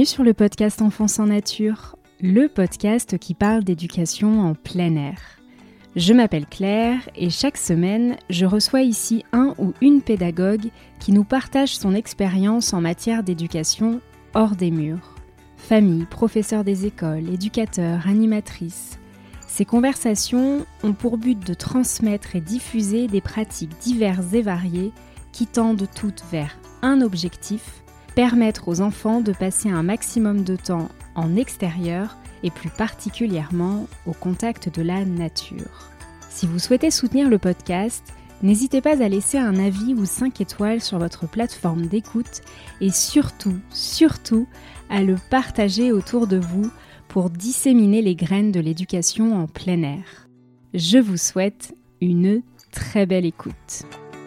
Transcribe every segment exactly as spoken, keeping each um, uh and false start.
Bienvenue sur le podcast Enfance en Nature, le podcast qui parle d'éducation en plein air. Je m'appelle Claire et chaque semaine, je reçois ici un ou une pédagogue qui nous partage son expérience en matière d'éducation hors des murs. Famille, professeurs des écoles, éducateurs, animatrices. Ces conversations ont pour but de transmettre et diffuser des pratiques diverses et variées qui tendent toutes vers un objectif: permettre aux enfants de passer un maximum de temps en extérieur et plus particulièrement au contact de la nature. Si vous souhaitez soutenir le podcast, n'hésitez pas à laisser un avis ou cinq étoiles sur votre plateforme d'écoute et surtout, surtout, à le partager autour de vous pour disséminer les graines de l'éducation en plein air. Je vous souhaite une très belle écoute.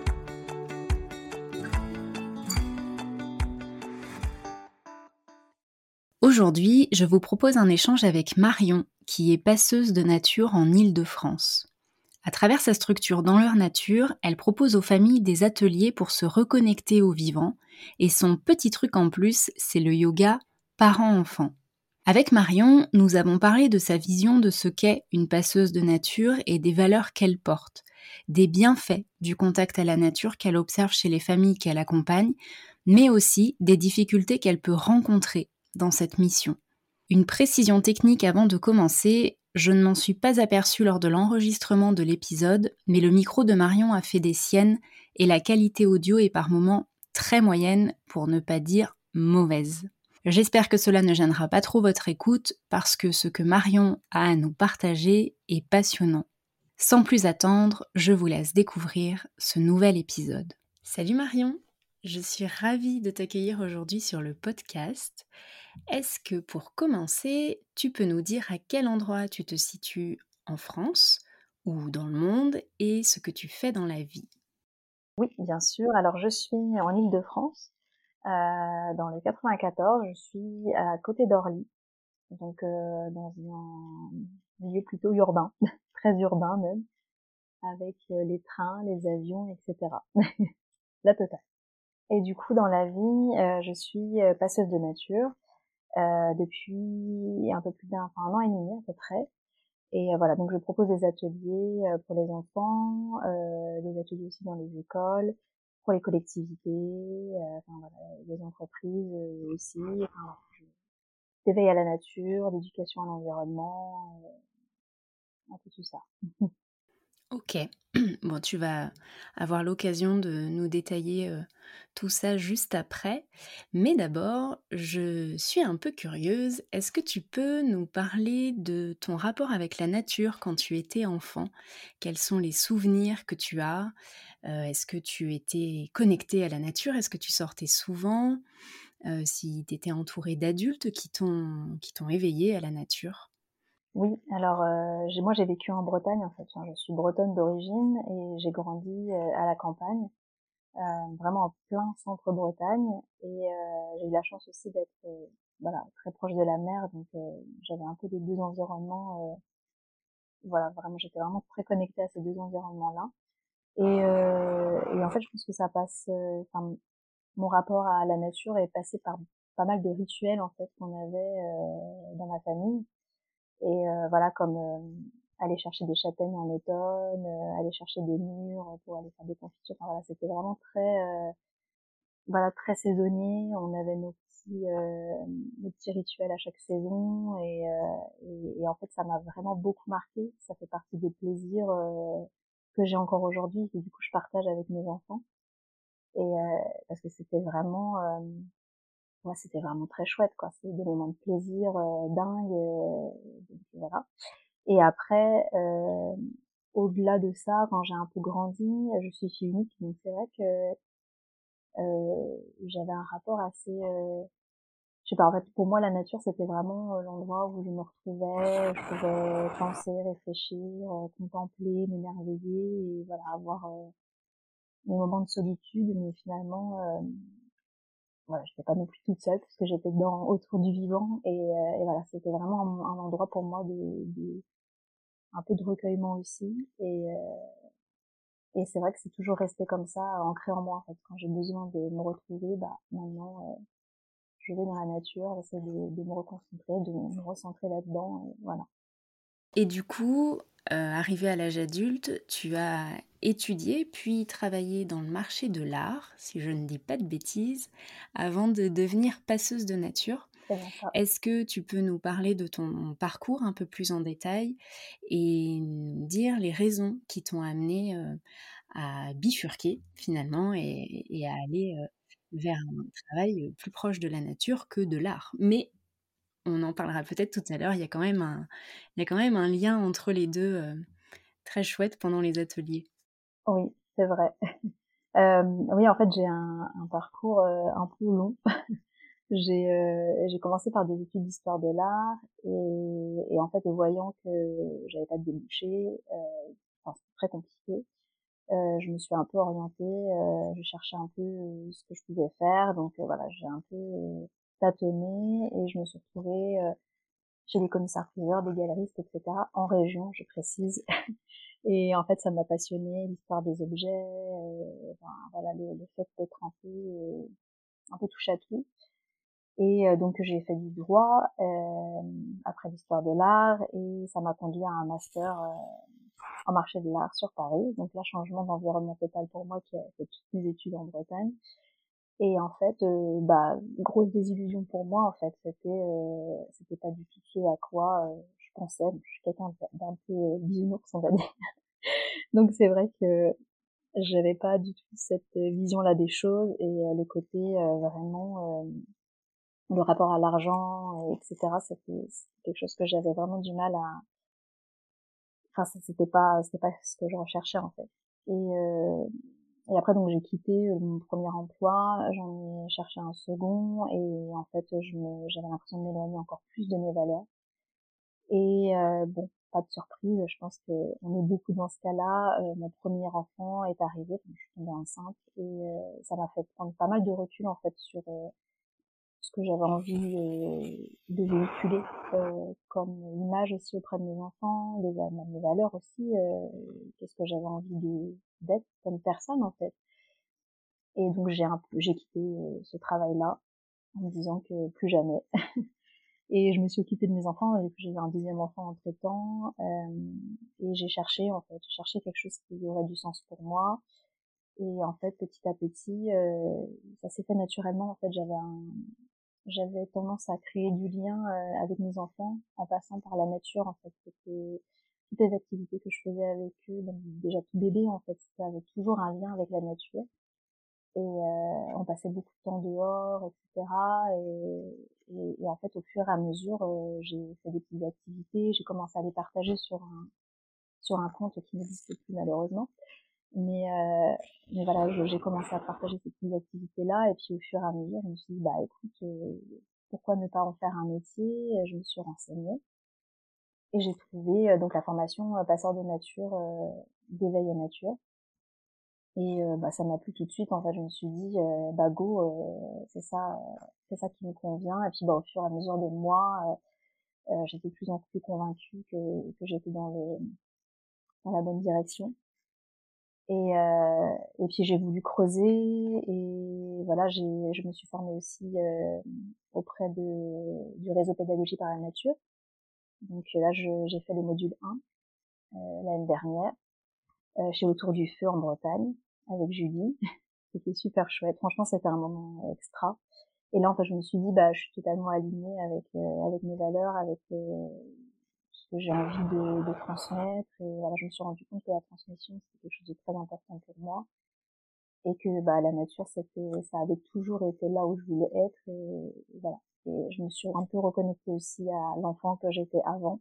Aujourd'hui, je vous propose un échange avec Marion, qui est passeuse de nature en Île-de-France. À travers sa structure Dans leur nature, elle propose aux familles des ateliers pour se reconnecter au vivant, et son petit truc en plus, c'est le yoga parents-enfants. Avec Marion, nous avons parlé de sa vision de ce qu'est une passeuse de nature et des valeurs qu'elle porte, des bienfaits du contact à la nature qu'elle observe chez les familles qu'elle accompagne, mais aussi des difficultés qu'elle peut rencontrer dans cette mission. Une précision technique avant de commencer, je ne m'en suis pas aperçue lors de l'enregistrement de l'épisode, mais le micro de Marion a fait des siennes et la qualité audio est par moments très moyenne, pour ne pas dire mauvaise. J'espère que cela ne gênera pas trop votre écoute parce que ce que Marion a à nous partager est passionnant. Sans plus attendre, je vous laisse découvrir ce nouvel épisode. Salut Marion, je suis ravie de t'accueillir aujourd'hui sur le podcast. Est-ce que pour commencer, tu peux nous dire à quel endroit tu te situes en France ou dans le monde et ce que tu fais dans la vie? Oui, bien sûr. Alors, je suis en Île-de-France, euh, dans le quatre-vingt-quatorze. Je suis à côté d'Orly, donc euh, dans un milieu plutôt urbain, très urbain même, avec euh, les trains, les avions, et cetera. La totale. Et du coup, dans la vie, euh, je suis euh, passeuse de nature euh, depuis un peu plus d'un, enfin, un an et demi à peu près. Et euh, voilà, donc je propose des ateliers euh, pour les enfants, euh, des ateliers aussi dans les écoles, pour les collectivités, euh, enfin voilà, les entreprises euh, aussi. Enfin, voilà, je- d'éveil à la nature, d'éducation à l'environnement, euh, un peu tout ça. Ok, bon, tu vas avoir l'occasion de nous détailler euh, tout ça juste après. Mais d'abord, je suis un peu curieuse. Est-ce que tu peux nous parler de ton rapport avec la nature quand tu étais enfant? Quels sont les souvenirs que tu as? Euh, est-ce que tu étais connectée à la nature? Est-ce que tu sortais souvent? Euh, si tu étais entourée d'adultes qui t'ont qui t'ont éveillée à la nature? Oui, alors euh, j'ai, moi j'ai vécu en Bretagne en fait. Enfin, je suis bretonne d'origine et j'ai grandi euh, à la campagne, euh, vraiment en plein centre Bretagne. Et euh, j'ai eu la chance aussi d'être euh, voilà, très proche de la mer, donc euh, j'avais un peu les deux environnements. Euh, voilà, vraiment, j'étais vraiment très connectée à ces deux environnements-là. Et, euh, et en fait, je pense que ça passe, euh, enfin, mon rapport à la nature est passé par pas mal de rituels en fait qu'on avait euh, dans ma famille. Et euh, voilà, comme euh, aller chercher des châtaignes en automne, euh, aller chercher des mûres pour aller faire des confitures. Enfin voilà, c'était vraiment très, euh, voilà, très saisonnier. On avait nos petits, euh, nos petits rituels à chaque saison. Et, euh, et, et en fait, ça m'a vraiment beaucoup marqué. Ça fait partie des plaisirs euh, que j'ai encore aujourd'hui, que du coup je partage avec mes enfants. Et euh, parce que c'était vraiment, euh, moi c'était vraiment très chouette, quoi. C'est des moments de plaisir euh, dingues. Euh, donc, voilà. Et après, euh, au-delà de ça, quand j'ai un peu grandi, je suis fille unique, donc c'est vrai que euh, j'avais un rapport assez, euh, je sais pas, en fait, pour moi, la nature, c'était vraiment euh, l'endroit où je me retrouvais, où je pouvais penser, réfléchir, euh, contempler, m'émerveiller, et voilà, avoir euh, mes moments de solitude, mais finalement, euh, voilà, j'étais pas non plus toute seule, parce que j'étais dans, autour du vivant, et, euh, et voilà, c'était vraiment un, un endroit pour moi de, de, un peu de recueillement aussi, et, euh, et c'est vrai que c'est toujours resté comme ça, ancré en moi, en fait. Quand j'ai besoin de me retrouver, bah, maintenant, euh, je vais dans la nature, j'essaie de de me reconcentrer, de me recentrer là-dedans et voilà. Et du coup, heu, arrivée à l'âge adulte, tu as étudié puis travaillé dans le marché de l'art, si je ne dis pas de bêtises, avant de devenir passeuse de nature. C'est bien ça. Est-ce que tu peux nous parler de ton parcours un peu plus en détail et nous dire les raisons qui t'ont amenée, heu, à bifurquer finalement et et à aller, heu, vers un travail, heu, plus proche de la nature que de l'art? Mais on en parlera peut-être tout à l'heure, il y a quand même un il y a quand même un lien entre les deux, heu, très chouette pendant les ateliers. Oui, c'est vrai. Hem, oui, en fait, j'ai un un parcours, heu, un peu long. J'ai, heu, j'ai commencé par des études d'histoire de l'art et et en fait, voyant que j'avais pas de débouchés, heu, enfin, c'était très compliqué, heu, je me suis un peu orientée, heu, je cherchais un peu, heu, ce que je pouvais faire donc heu, voilà, j'ai un peu, heu, tâtonné et je me suis retrouvée, heu, chez les commissaires-priseurs, des galeristes et cetera, en région, je précise. Et en fait, ça m'a passionnée, l'histoire des objets, heu, enfin voilà, le le fait d'être un peu, heu, un peu touche à tout. Et heu, donc j'ai fait du droit, hem, après l'histoire de l'art et ça m'a conduit à un master, heu, en marché de l'art sur Paris. Donc là, changement d'environnement total pour moi qui a fait toutes mes études en Bretagne. Et en fait, heu, bah, grosse désillusion pour moi en fait, c'était, heu, c'était pas du tout ce à quoi, heu, je pensais. Je suis quelqu'un d'un d'un peu, heu, bisounours on va dire. Donc c'est vrai que j'avais pas du tout cette vision-là des choses et heu, le côté, heu, vraiment, hem, le rapport à l'argent et cetera, c'était c'était quelque chose que j'avais vraiment du mal à enfin c c'était pas c'était pas ce que je recherchais, en fait. Et heu et après donc j'ai quitté, heu, mon premier emploi, j'en ai cherché un second et en fait, je me j'avais l'impression de m'éloigner encore plus de mes valeurs. Et heu, bon, pas de surprise, je pense qu'on est beaucoup dans ce cas-là. Heu, mon premier enfant est arrivé, donc je suis tombée enceinte et heu, ça m'a fait prendre pas mal de recul en fait sur, heu, ce que j'avais envie, heu, de véhiculer, heu, comme image aussi auprès de mes enfants, les va mes valeurs aussi, heu, qu'est-ce que j'avais envie de d'être comme personne en fait. Et donc j'ai un peu j'ai quitté, heu, ce travail-là en me disant que plus jamais. Et je me suis occupée de mes enfants et puis j'ai eu un deuxième enfant entre-temps, hem et j'ai cherché, en fait, j'ai cherché quelque chose qui aurait du sens pour moi et en fait, petit à petit, heu, ça s'est fait naturellement. En fait, j'avais un j'avais tendance à créer du lien, heu, avec mes enfants en passant par la nature, en fait. C'était toutes les activités que je faisais avec eux, donc déjà tout bébé, en fait, ça avait toujours un lien avec la nature. Et heu, on passait beaucoup de temps dehors et cetera et et et en fait, au fur et à mesure, heu, j'ai fait des petites activités, j'ai commencé à les partager sur un sur un compte qui n'existe plus malheureusement. Mais heu, mais voilà, je j'ai commencé à partager ces petites activités-là et puis au fur et à mesure, je me suis dit: «Bah écoute, heu, pourquoi ne pas en faire un métier?» Je me suis renseignée et j'ai trouvé, heu, donc la formation, heu, passeur de nature, heu, d'éveil à nature. Et heu, bah, ça m'a plu tout de suite, en fait, je me suis dit, heu: «Bah, go, heu, c'est ça, heu, c'est ça qui me convient» et puis, bah, au fur et à mesure des mois, heu heu, j'étais de plus en plus convaincue que que j'étais dans le dans la bonne direction et heu et puis j'ai voulu creuser et voilà, j'ai je me suis formée aussi, hem, auprès de du réseau pédagogie par la nature. Donc là, je j'ai fait le module un, heu, l'année dernière, heu, chez Autour du Feu en Bretagne avec Julie. C'était super chouette. Franchement, c'était un moment extra. Et là, en fait, je me suis dit, bah, je suis totalement alignée avec, heu, avec mes valeurs, avec, heu, ce que j'ai envie de de transmettre et voilà, je me suis rendu compte que la transmission, c'était quelque chose de très important pour moi et que, bah, la nature, c'était ça avait toujours été là où je voulais être et voilà. Et je me suis un peu reconnectée aussi à l'enfant que j'étais avant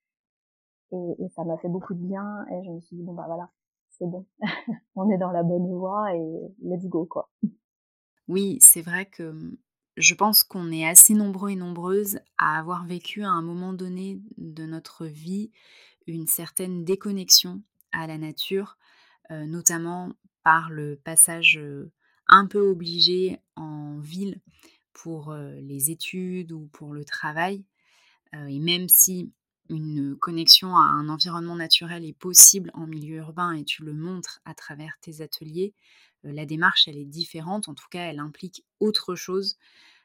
et et ça m'a fait beaucoup de bien et je me suis dit: «Bon, bah, voilà, c'est bon, on est dans la bonne voie et let's go, quoi». Oui, c'est vrai que, mmh, je pense qu'on est assez nombreux et nombreuses à avoir vécu à un moment donné de notre vie une certaine déconnexion à la nature, heu, notamment par le passage, heu, un peu obligé en ville pour, heu, les études ou pour le travail. Heu et même si une connexion à un environnement naturel est possible en milieu urbain et tu le montres à travers tes ateliers, heu, la démarche, elle est différente. En tout cas, elle implique autre chose,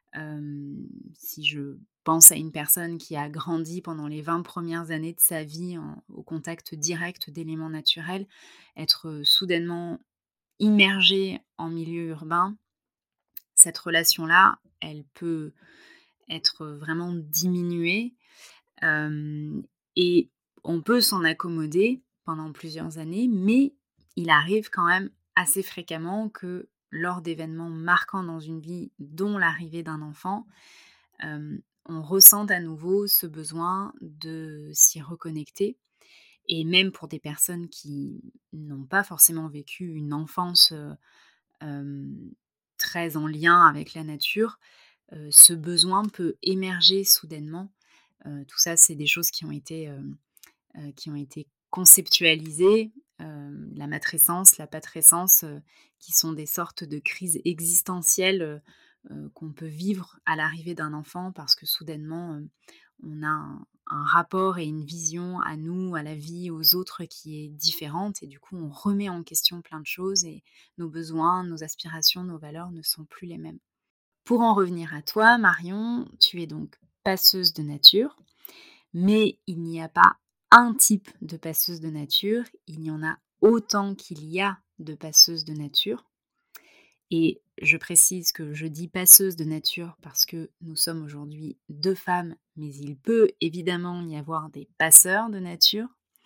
Hem, si je pense à une personne qui a grandi pendant les vingt premières années de sa vie en au contact direct d'éléments naturels, être, heu, soudainement immergée en milieu urbain, cette relation-là, elle peut être vraiment diminuée, hem et on peut s'en accommoder pendant plusieurs années, mais il arrive quand même assez fréquemment que lors d'événements marquants dans une vie, dont l'arrivée d'un enfant, hem, on ressente à nouveau ce besoin de s'y reconnecter et même pour des personnes qui n'ont pas forcément vécu une enfance, heu, hem, très en lien avec la nature, heu, ce besoin peut émerger soudainement. Heu, tout ça, c'est des choses qui ont été, hem, heu, qui ont été conceptualisées, hem, la matrescence, la patrescence, heu, qui sont des sortes de crises existentielles, heu heu, qu'on peut vivre à l'arrivée d'un enfant parce que soudainement, heu, on a un un rapport et une vision à nous, à la vie, aux autres qui est différente et du coup, on remet en question plein de choses et nos besoins, nos aspirations, nos valeurs ne sont plus les mêmes. Pour en revenir à toi, Marion, tu es donc passeuse de nature, mais il n'y a pas un type de passeuse de nature, il y en a autant qu'il y a de passeuses de nature. Et je précise que je dis passeuse de nature parce que nous sommes aujourd'hui deux femmes, mais il peut évidemment y avoir des passeurs de nature.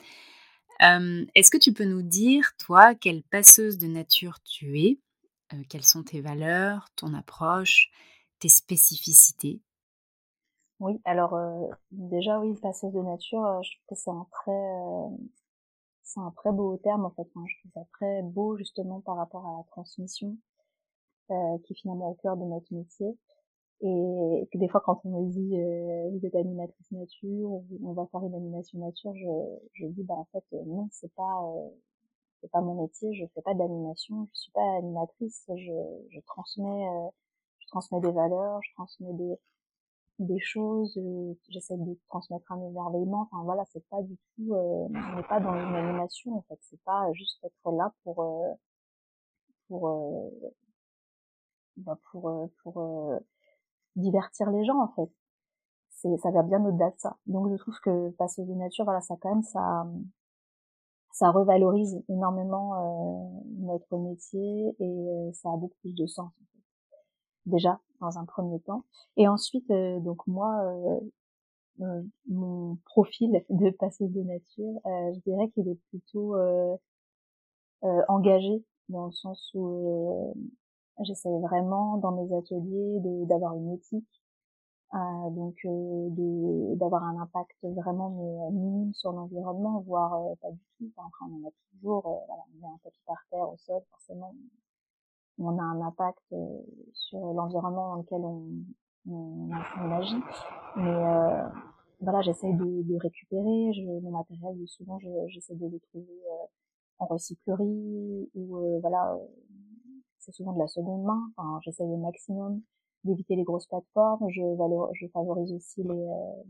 Hem, est-ce que tu peux nous dire, toi, quelle passeuse de nature tu es? Heu, quelles sont tes valeurs, ton approche, tes spécificités? Oui, alors, heu, déjà oui, passeuse de nature, heu, je trouve que c'est un très, heu, c'est un très beau terme en fait, enfin, je trouve ça très beau justement par rapport à la transmission, heu, qui est finalement au cœur de notre métier et que des fois quand on me dit, heu: «Vous êtes animatrice nature» ou «On va faire une animation nature», je je dis: «Bah, en fait, heu, non, c'est pas, heu, c'est pas mon métier, je fais pas d'animation, je suis pas animatrice, je je transmets, heu, je transmets des valeurs, je transmets des des choses, heu, j'essaie de transmettre un émerveillement, enfin voilà, c'est pas du tout, heu, on n'est pas dans une animation en fait, c'est pas juste être là pour, heu, pour, heu, bah, pour, heu, pour, heu, divertir les gens en fait. C'est ça va bien au-delà de ça. Donc je trouve que passeuse de nature, voilà, ça quand même ça, mmh, ça revalorise énormément, heu, notre métier et heu, ça a beaucoup plus de sens, en fait. Déjà, dans un premier temps et ensuite, heu, donc moi, heu heu, mon profil de passeuse de nature, heu, je dirais qu'il est plutôt, heu heu, engagé dans le sens où, heu, j'essaie vraiment dans mes ateliers de d'avoir une éthique, heu, donc heu, de d'avoir un impact vraiment mais minime sur l'environnement, voire, heu, pas du tout. Enfin, après on en a toujours, heu, voilà, on met un tapis par terre, au sol, forcément, on a un impact, heu, sur l'environnement dans lequel on on on agit. Mais heu, voilà, j'essaye de de récupérer, je mon matériel, souvent je j'essaie de le trouver, heu, en recyclerie ou heu, voilà, heu, c'est souvent de la seconde main. Enfin, j'essaye au maximum d'éviter les grosses plateformes. Je valo je favorise aussi les, heu,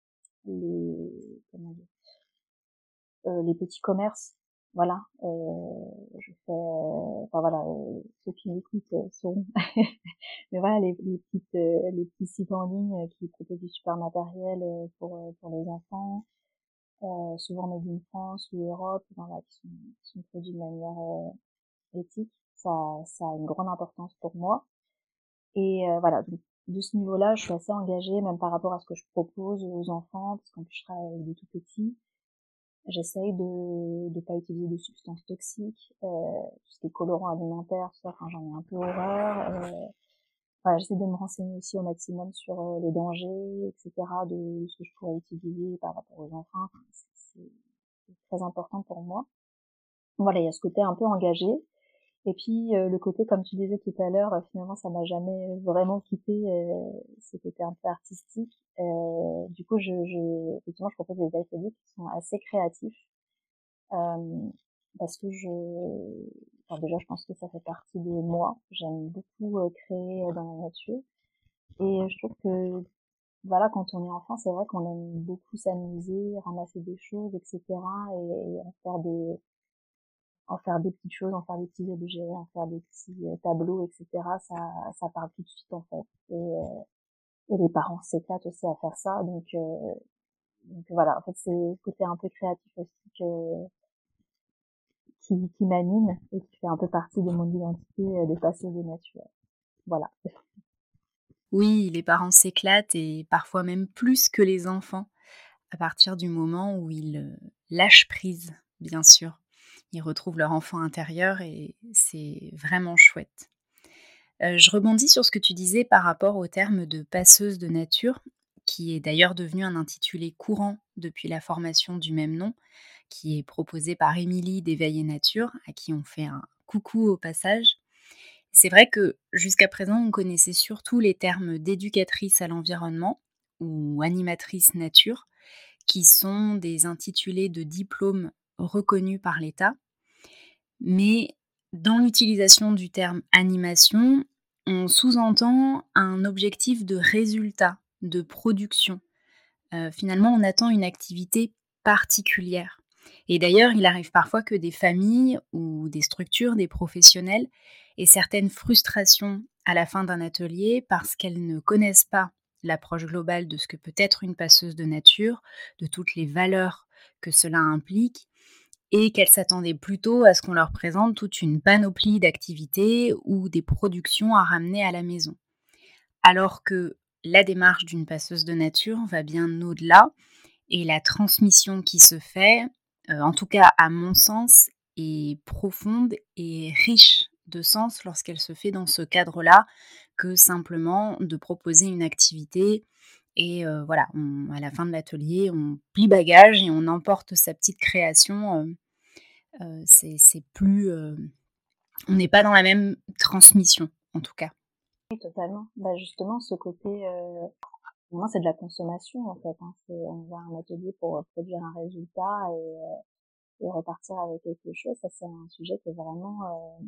les comment dire? Heu, les petits commerces, voilà, heu, je fais, heu, enfin voilà, heu, ceux qui m'écoutent, heu, sauront. Mais voilà, les les petites, heu, les petits sites en ligne, heu, qui proposent du super matériel, heu, pour, heu, pour les enfants, heu, souvent made in France ou Europe, voilà, qui sont qui sont produits de manière, heu, éthique. Ça ça a une grande importance pour moi et heu, voilà, donc de ce niveau-là, je suis assez engagée, même par rapport à ce que je propose aux enfants, parce qu'en plus je travaille avec des tout petits. J'essaye de de pas utiliser de substances toxiques, heu, tout ce qui est colorant alimentaire, tout ça, enfin j'en ai un peu horreur, heu, voilà, j'essaie de me renseigner aussi au maximum sur, heu, les dangers et cetera de ce que je pourrais utiliser par rapport aux enfants, enfin c'est c'est très important pour moi. Voilà, il y a ce côté un peu engagé et puis, heu, le côté comme tu disais tout à l'heure, heu, finalement ça m'a jamais vraiment quitté, heu, ce côté un peu artistique. Heu, du coup je je effectivement je propose des ateliers qui sont assez créatifs. Hem, parce que je enfin déjà je pense que ça fait partie de moi. J'aime beaucoup, heu, créer, heu, dans la nature et je trouve que, voilà, quand on est enfant, c'est vrai qu'on aime beaucoup s'amuser, ramasser des choses et cetera et et en faire des en faire des petites choses, en faire des petits objets, en faire des petits euh, tableaux, et cetera. Ça, ça parle tout de suite en fait. Et, euh, et les parents s'éclatent aussi à faire ça. Donc, euh, donc voilà, en fait, c'est le côté un peu créatif aussi que, qui, qui m'anime et qui fait un peu partie de mon identité euh, de passeuse de nature. Voilà. Oui, les parents s'éclatent et parfois même plus que les enfants à partir du moment où ils euh, lâchent prise, bien sûr. Ils retrouvent leur enfant intérieur et c'est vraiment chouette. Heu, je rebondis sur ce que tu disais par rapport au terme de passeuse de nature, qui est d'ailleurs devenu un intitulé courant depuis la formation du même nom, qui est proposée par Émilie d'Éveil et Nature, à qui on fait un coucou au passage. C'est vrai que jusqu'à présent, on connaissait surtout les termes d'éducatrice à l'environnement ou animatrice nature, qui sont des intitulés de diplômes reconnus par l'État. Mais dans l'utilisation du terme animation, on sous-entend un objectif de résultat, de production. Heu, finalement, on attend une activité particulière. Et d'ailleurs, il arrive parfois que des familles ou des structures, des professionnels aient certaines frustrations à la fin d'un atelier parce qu'elles ne connaissent pas l'approche globale de ce que peut être une passeuse de nature, de toutes les valeurs que cela implique et qu'elles s'attendaient plutôt à ce qu'on leur présente toute une panoplie d'activités ou des productions à ramener à la maison. Alors que la démarche d'une passeuse de nature va bien au-delà et la transmission qui se fait, heu, en tout cas à mon sens, est profonde et riche de sens lorsqu'elle se fait dans ce cadre-là, que simplement de proposer une activité et heu, voilà, on à la fin de l'atelier, on plie bagage et on emporte sa petite création, heu heu, c'est c'est plus, heu, on n'est pas dans la même transmission, en tout cas. Oui, totalement. Bah justement, ce côté, euh, pour moi, c'est de la consommation en fait. Hein. C'est, on va à un atelier pour euh, produire un résultat et, et repartir avec quelque chose. Ça, c'est un sujet qui est vraiment, euh,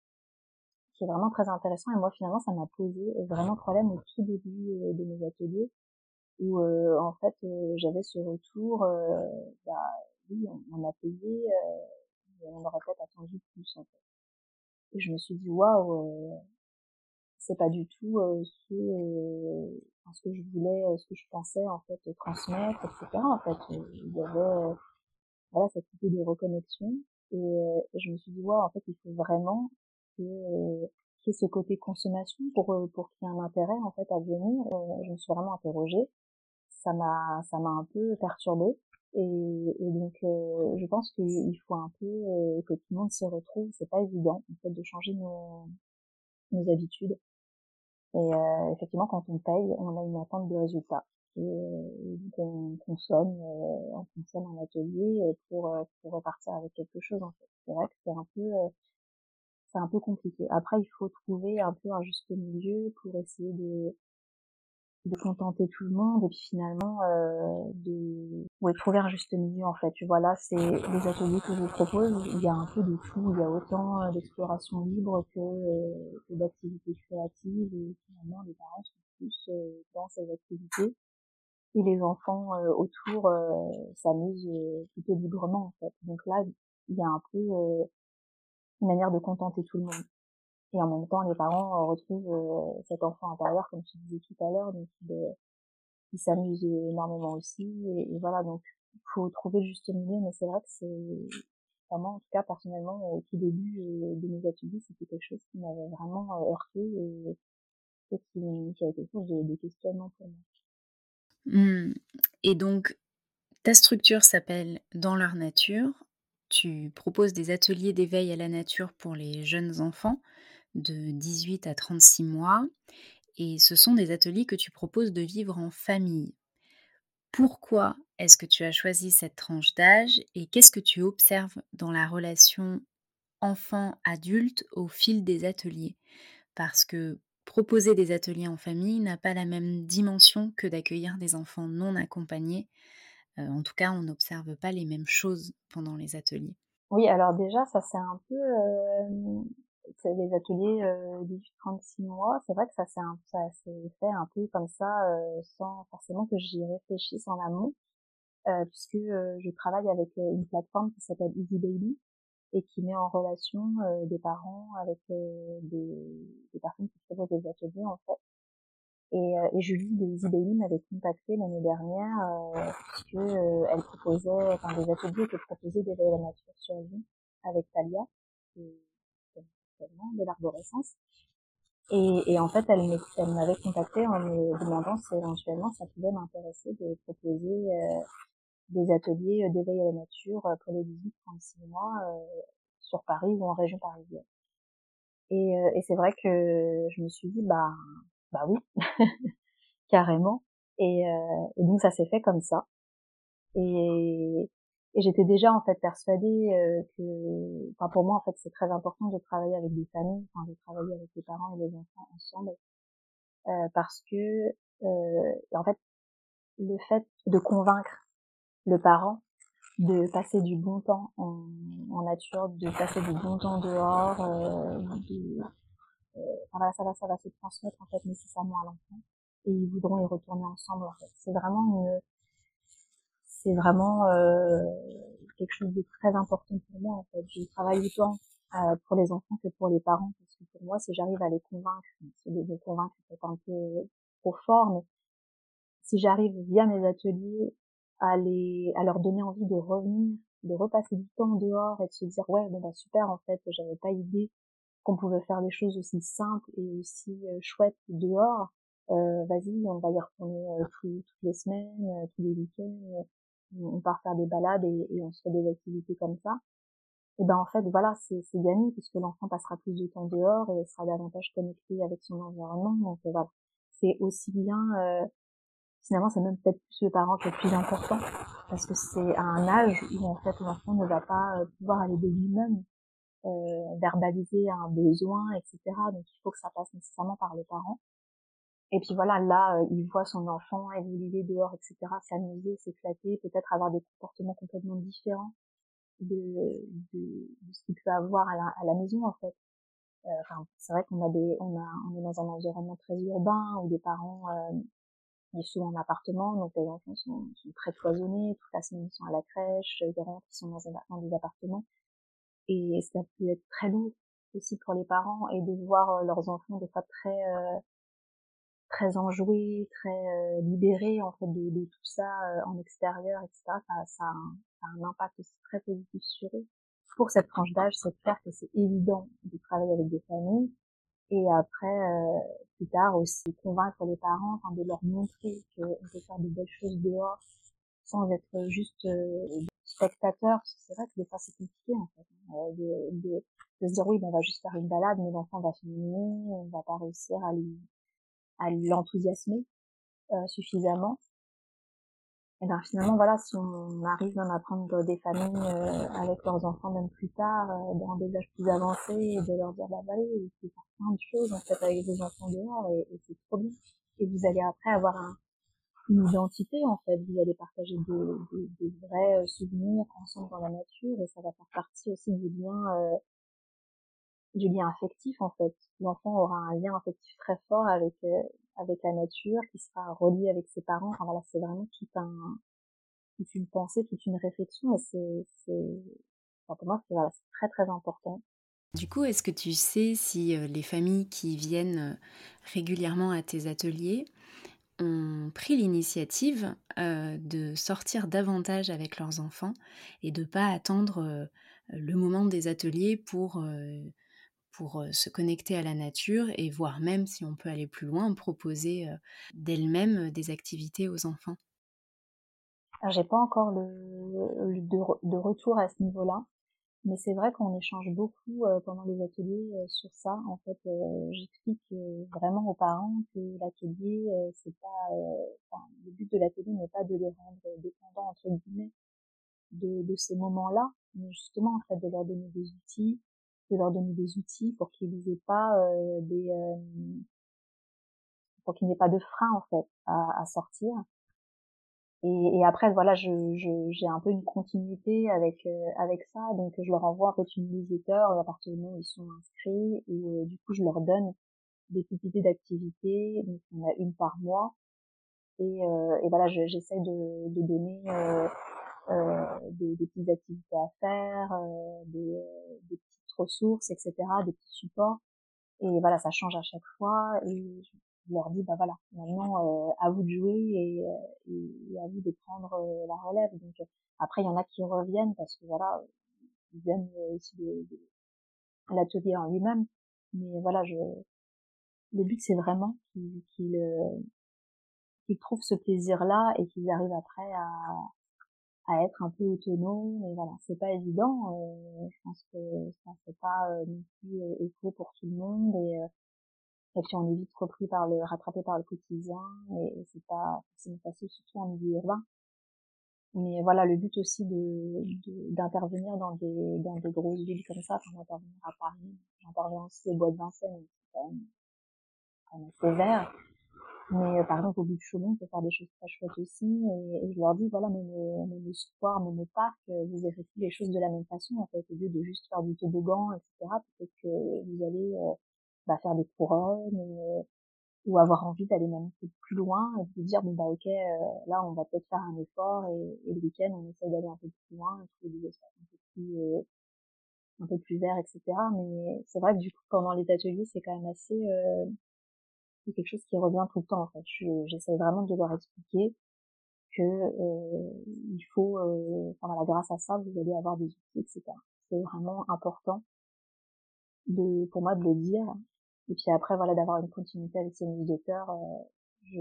qui est vraiment très intéressant. Et moi, finalement, ça m'a posé vraiment problème au tout début euh, de mes ateliers, où euh, en fait, euh, j'avais ce retour. Euh, bah, oui, on, on a payé, euh, mais on aurait peut-être attendu plus en fait. Et je me suis dit waouh. Euh, c'est pas du tout euh, ce, euh, enfin, ce que je voulais, euh, ce que je pensais en fait transmettre, et cetera. En fait, euh, il y avait euh, voilà cette idée de reconnexion et, euh, et je me suis dit ouais, en fait, il faut vraiment que euh, qu'il y ait ce côté consommation pour euh, pour qu'il y ait un intérêt en fait à venir. Euh, je me suis vraiment interrogée, ça m'a ça m'a un peu perturbée. Et, et donc, euh, je pense qu'il faut un peu euh, que tout le monde s'y retrouve. C'est pas évident, en fait, de changer nos, nos habitudes. Et euh, effectivement, quand on paye, on a une attente de résultat. Et, euh, donc on consomme, euh, on consomme un atelier euh, pour, euh, pour repartir avec quelque chose en fait. C'est vrai que c'est un peu, euh, c'est un peu compliqué. Après, il faut trouver un peu un juste milieu pour essayer de, de contenter tout le monde et puis finalement euh, de ouais, trouver un juste milieu en fait. Tu vois là, c'est les ateliers que je propose, il y a un peu de tout, il y a autant euh, d'exploration libre que, euh, que d'activités créatives et finalement les parents sont plus euh, dans ces activités et les enfants euh, autour euh, s'amusent euh, plutôt librement en fait. Donc là, il y a un peu euh, une manière de contenter tout le monde. Et en même temps, les parents euh, retrouvent euh, cet enfant intérieur, comme tu disais tout à l'heure, donc de, qui s'amusent énormément aussi. Et, et voilà, donc il faut trouver le juste milieu, mais c'est vrai que c'est vraiment, en tout cas personnellement, au tout début euh, de mes ateliers, c'était quelque chose qui m'avait vraiment euh, heurté et, et qui, qui a été source de, de questionnement pour moi. Mmh. Et donc ta structure s'appelle Dans leur nature. Tu proposes des ateliers d'éveil à la nature pour les jeunes enfants de dix-huit à trente-six mois et ce sont des ateliers que tu proposes de vivre en famille. Pourquoi est-ce que tu as choisi cette tranche d'âge et qu'est-ce que tu observes dans la relation enfant-adulte au fil des ateliers? Parce que proposer des ateliers en famille n'a pas la même dimension que d'accueillir des enfants non accompagnés. Heu, en tout cas, on n'observe pas les mêmes choses pendant les ateliers. Oui, alors déjà, ça c'est un peu, euh, c'est les ateliers euh, dix-huit trente-six mois, c'est vrai que ça s'est un, ça s'est fait un peu comme ça, euh, sans forcément que j'y réfléchisse en amont, euh, puisque euh, je travaille avec euh, une plateforme qui s'appelle Easy Baby. et qui met en relation euh, des parents avec euh, des, des personnes qui proposent des ateliers en fait. Et, euh, et Julie de Easy Baby m'avait contacté l'année dernière euh, puisque euh, elle proposait, enfin des ateliers étaient proposés d'éveiller la nature sur Lyon avec Talia, qui est actuellement de l'arborescence. Et, et en fait, elle elle m'avait contacté en me demandant si éventuellement ça pouvait m'intéresser de proposer euh, des ateliers d'éveil à la nature pour les dix-huit trente-six mois euh, sur Paris ou en région parisienne. Et, euh, et c'est vrai que je me suis dit bah bah oui carrément. Et, euh, et donc ça s'est fait comme ça. Et, et j'étais déjà en fait persuadée euh, que, enfin pour moi en fait c'est très important de travailler avec des familles, enfin de travailler avec les parents et les enfants ensemble, euh, parce que euh, en fait le fait de convaincre le parent de passer du bon temps en, en nature, de passer du bon temps dehors, euh, de, euh, enfin, voilà, ça va, ça va se transmettre en fait nécessairement à l'enfant et ils voudront y retourner ensemble en fait. C'est vraiment une, c'est vraiment euh, quelque chose de très important pour moi en fait. Je travaille autant euh, pour les enfants que pour les parents parce que pour moi si j'arrive à les convaincre, c'est de les convaincre c'est un peu trop fort, mais si j'arrive via mes ateliers à les, à leur donner envie de revenir, de repasser du temps dehors et de se dire ouais bon bah super en fait j'avais pas idée qu'on pouvait faire des choses aussi simples et aussi euh, chouettes dehors, euh, vas-y on va y retourner euh, tout, toutes les semaines, euh, tous les week-ends, euh, on part faire des balades et, et on se fait des activités comme ça. Et ben en fait voilà c'est c'est gagné puisque l'enfant passera plus de temps dehors et sera davantage connecté avec son environnement, donc euh, voilà c'est aussi bien euh, finalement c'est même peut-être plus le parent qui est le plus important parce que c'est à un âge où en fait l'enfant ne va pas euh, pouvoir aller de lui-même euh, verbaliser un besoin, et cetera. Donc il faut que ça passe nécessairement par les parents. Et puis voilà, là, euh, il voit son enfant évoluer dehors, et cetera, s'amuser, s'éclater, peut-être avoir des comportements complètement différents de, de, de ce qu'il peut avoir à la, à la maison en fait. Euh, enfin, c'est vrai qu'on a des, on a, on est dans un environnement très urbain où les parents euh, ils sont en appartement, donc les enfants sont, sont très cloisonnés, toute la semaine ils sont à la crèche, ils rentrent, ils sont dans, un, dans des appartements. Et ça peut être très lourd aussi pour les parents et de voir leurs enfants des fois très euh, très enjoués, très euh, libérés en fait de, de tout ça euh, en extérieur, et cetera. Ça, ça, a un, ça a un impact aussi très positif sur eux. Pour cette tranche d'âge, c'est clair que c'est évident de travailler avec des familles et après euh, plus tard aussi convaincre les parents, enfin, de leur montrer qu'on peut faire de belles choses dehors sans être juste euh, spectateur, parce que c'est vrai que des fois c'est compliqué en fait, hein, euh, de, de, de se dire oui, ben, on va juste faire une balade, mais l'enfant va s'ennuyer, on va pas réussir à lui, à l'enthousiasmer euh, suffisamment. Et ben finalement voilà, si on arrive même à prendre des familles euh, avec leurs enfants même plus tard, euh, dans des âges plus avancés, et de leur dire bah allez, vous pouvez faire plein de choses en fait avec vos enfants dehors et, et c'est trop bien. Et vous allez après avoir un, une identité en fait, vous allez partager des, des, des vrais euh, souvenirs ensemble dans la nature et ça va faire partie aussi du lien euh, du lien affectif en fait. L'enfant aura un lien affectif très fort avec euh, avec la nature qui sera relié avec ses parents. Enfin voilà, c'est vraiment tout un toute une pensée, toute une réflexion et c'est c'est enfin, pour moi c'est voilà, c'est très très important. Du coup, est-ce que tu sais si euh, les familles qui viennent euh, régulièrement à tes ateliers ont pris l'initiative euh, de sortir davantage avec leurs enfants et de pas attendre euh, le moment des ateliers pour, euh, pour euh, se connecter à la nature et voire même, si on peut aller plus loin, proposer euh, d'elles-mêmes des activités aux enfants? Alors j'ai pas encore le, le de, de retour à ce niveau-là. Mais c'est vrai qu'on échange beaucoup euh, pendant les ateliers euh, sur ça. En fait, euh, j'explique euh, vraiment aux parents que l'atelier, euh, c'est pas, euh, enfin, le but de l'atelier n'est pas de les rendre dépendants entre guillemets de, de ces moments-là, mais justement en fait de leur donner des outils, de leur donner des outils pour qu'ils n'aient pas euh, des, euh, pour qu'il n'y ait pas de frein en fait à, à sortir. Et, et après, voilà, je, je, j'ai un peu une continuité avec euh, avec ça, donc je leur envoie en fait une newsletter à partir du moment où ils sont inscrits, et euh, du coup je leur donne des petites idées d'activités, donc on a une par mois, et, euh, et voilà, je, j'essaie de, de donner euh, euh, des, des petites activités à faire, euh, des, ressources, et cetera, des petits supports. Et voilà, ça change à chaque fois. Et je leur dis, bah voilà, maintenant, euh, à vous de jouer et, et, et à vous de prendre euh, la relève. Donc après, il y en a qui reviennent parce que voilà, ils aiment aussi de, de, l'atelier en lui-même. Mais voilà, je, le but c'est vraiment qu'ils qu'ils, euh, qu'ils trouvent ce plaisir-là et qu'ils arrivent après à, à être un peu autonomes. Et voilà, c'est pas évident. Euh, je pense que ça fait pas euh, non plus euh, écho pour tout le monde. Et, euh, et puis on est vite repris par le, rattrapé par le quotidien. Et, et c'est pas forcément facile, surtout en milieu urbain. Mais voilà, le but aussi de, de d'intervenir dans des dans des grosses villes comme ça, enfin d'intervenir à Paris, j'interviens aussi au Bois de Vincennes, c'est quand même, quand même assez vert. Mais euh, par exemple, au bout de Chaumont, on peut faire des choses très chouettes aussi. Et, et je leur dis, voilà, même, au- même le sport, même au parc, euh, vous verrez plus les choses de la même façon, en fait. Au lieu de juste faire du toboggan, et cetera, peut-être que vous allez euh, bah, faire des couronnes, euh, ou avoir envie d'aller même un peu plus loin, et de vous dire, bon, bah ok, euh, là, on va peut-être faire un effort, et, et le week-end, on essaie d'aller un peu plus loin, et trouver des espaces un peu plus, euh, un peu plus verts, et cetera. Mais c'est vrai que du coup, pendant les ateliers, c'est quand même assez... Euh, c'est quelque chose qui revient tout le temps en fait. Je- J'essaie vraiment de leur expliquer que euh, il faut, euh, enfin voilà, grâce à ça, vous allez avoir des outils, et cetera. C'est vraiment important de, pour moi, de le dire. Et puis après, voilà, d'avoir une continuité avec ces newsletters. Euh, je...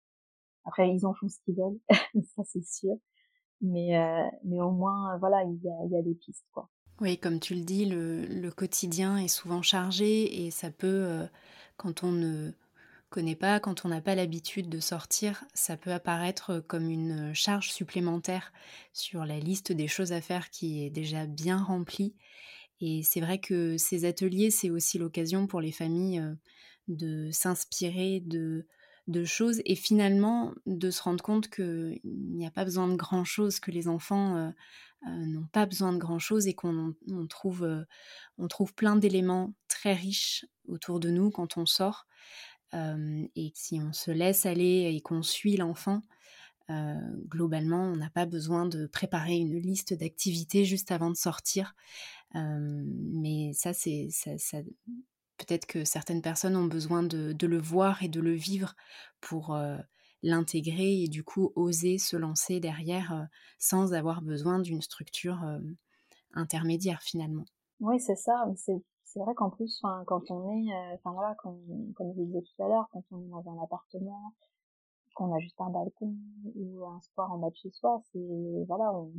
Après, ils en font ce qu'ils veulent, ça c'est sûr. Mais euh, mais au moins, euh, voilà, il y a, il y a des pistes, quoi. Oui, comme tu le dis, le, le quotidien est souvent chargé et ça peut, euh, quand on ne connaît pas, quand on n'a pas l'habitude de sortir, ça peut apparaître comme une charge supplémentaire sur la liste des choses à faire qui est déjà bien remplie. Et c'est vrai que ces ateliers, c'est aussi l'occasion pour les familles euh, de s'inspirer de, de choses et finalement de se rendre compte qu'il n'y a pas besoin de grand-chose, que les enfants euh, euh, n'ont pas besoin de grand-chose et qu'on on trouve, euh, on trouve plein d'éléments très riches autour de nous quand on sort. Euh, et si on se laisse aller et qu'on suit l'enfant, euh, globalement, on n'a pas besoin de préparer une liste d'activités juste avant de sortir. Euh, mais ça, c'est ça, ça- peut-être que certaines personnes ont besoin de, de le voir et de le vivre pour euh, l'intégrer et du coup oser se lancer derrière euh, sans avoir besoin d'une structure euh, intermédiaire finalement. Oui, c'est ça. Mais c'est c'est vrai qu'en plus, enfin, quand on est, euh, enfin voilà, comme comme je disais tout à l'heure, quand on est dans un appartement, qu'on a juste un balcon ou un square en bas de chez soi, c'est voilà, on,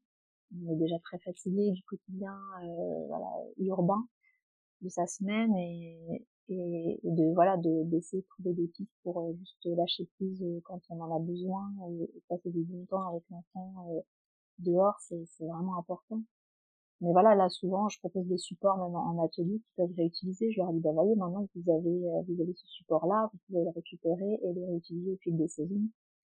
on est déjà très fatigué du quotidien, euh, voilà, urbain de sa semaine et et, et de voilà de d'essayer de trouver des pistes pour euh, juste lâcher prise euh, quand on en a besoin et, et passer du bon temps avec l'enfant euh, dehors, c'est c'est vraiment important. Mais voilà, là souvent je propose des supports même en, en atelier qui peuvent réutiliser. Je leur dis bah voyez maintenant que vous avez euh, vous avez ce support là, vous pouvez le récupérer et le réutiliser au fil des saisons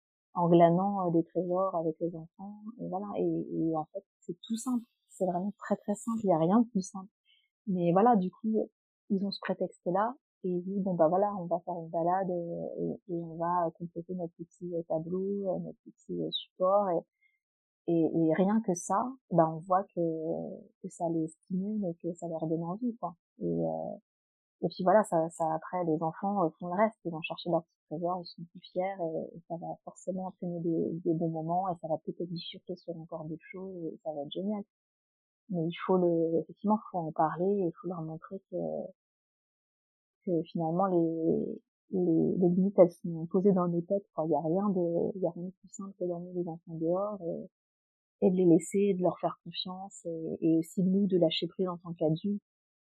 en glanant euh, des trésors avec les enfants et voilà. Et, et en fait c'est tout simple, c'est vraiment très très simple, il y a rien de plus simple. Mais voilà, du coup, ils ont ce prétexte-là, et ils disent, bon bah voilà, on va faire une balade, euh, et, et on va compléter notre petit euh, tableau, euh, notre petit euh, support, et, et, et rien que ça, bah on voit que, que ça les stimule et que ça leur donne envie, quoi. Et, euh, et puis voilà, ça, ça après, les enfants euh, font le reste, ils vont chercher leurs petits trésors, ils sont plus fiers, et, et ça va forcément entraîner des, des bons moments, et ça va peut-être bifurquer sur encore d'autres choses, et ça va être génial. Mais il faut le, effectivement, faut en parler, et il faut leur montrer que que finalement les, les, les limites elles sont posées dans nos têtes, quoi. Il y a rien de, il y a rien de plus simple que d'emmener les enfants dehors et, et de les laisser, de leur faire confiance et, et aussi nous de lâcher prise en tant qu'adultes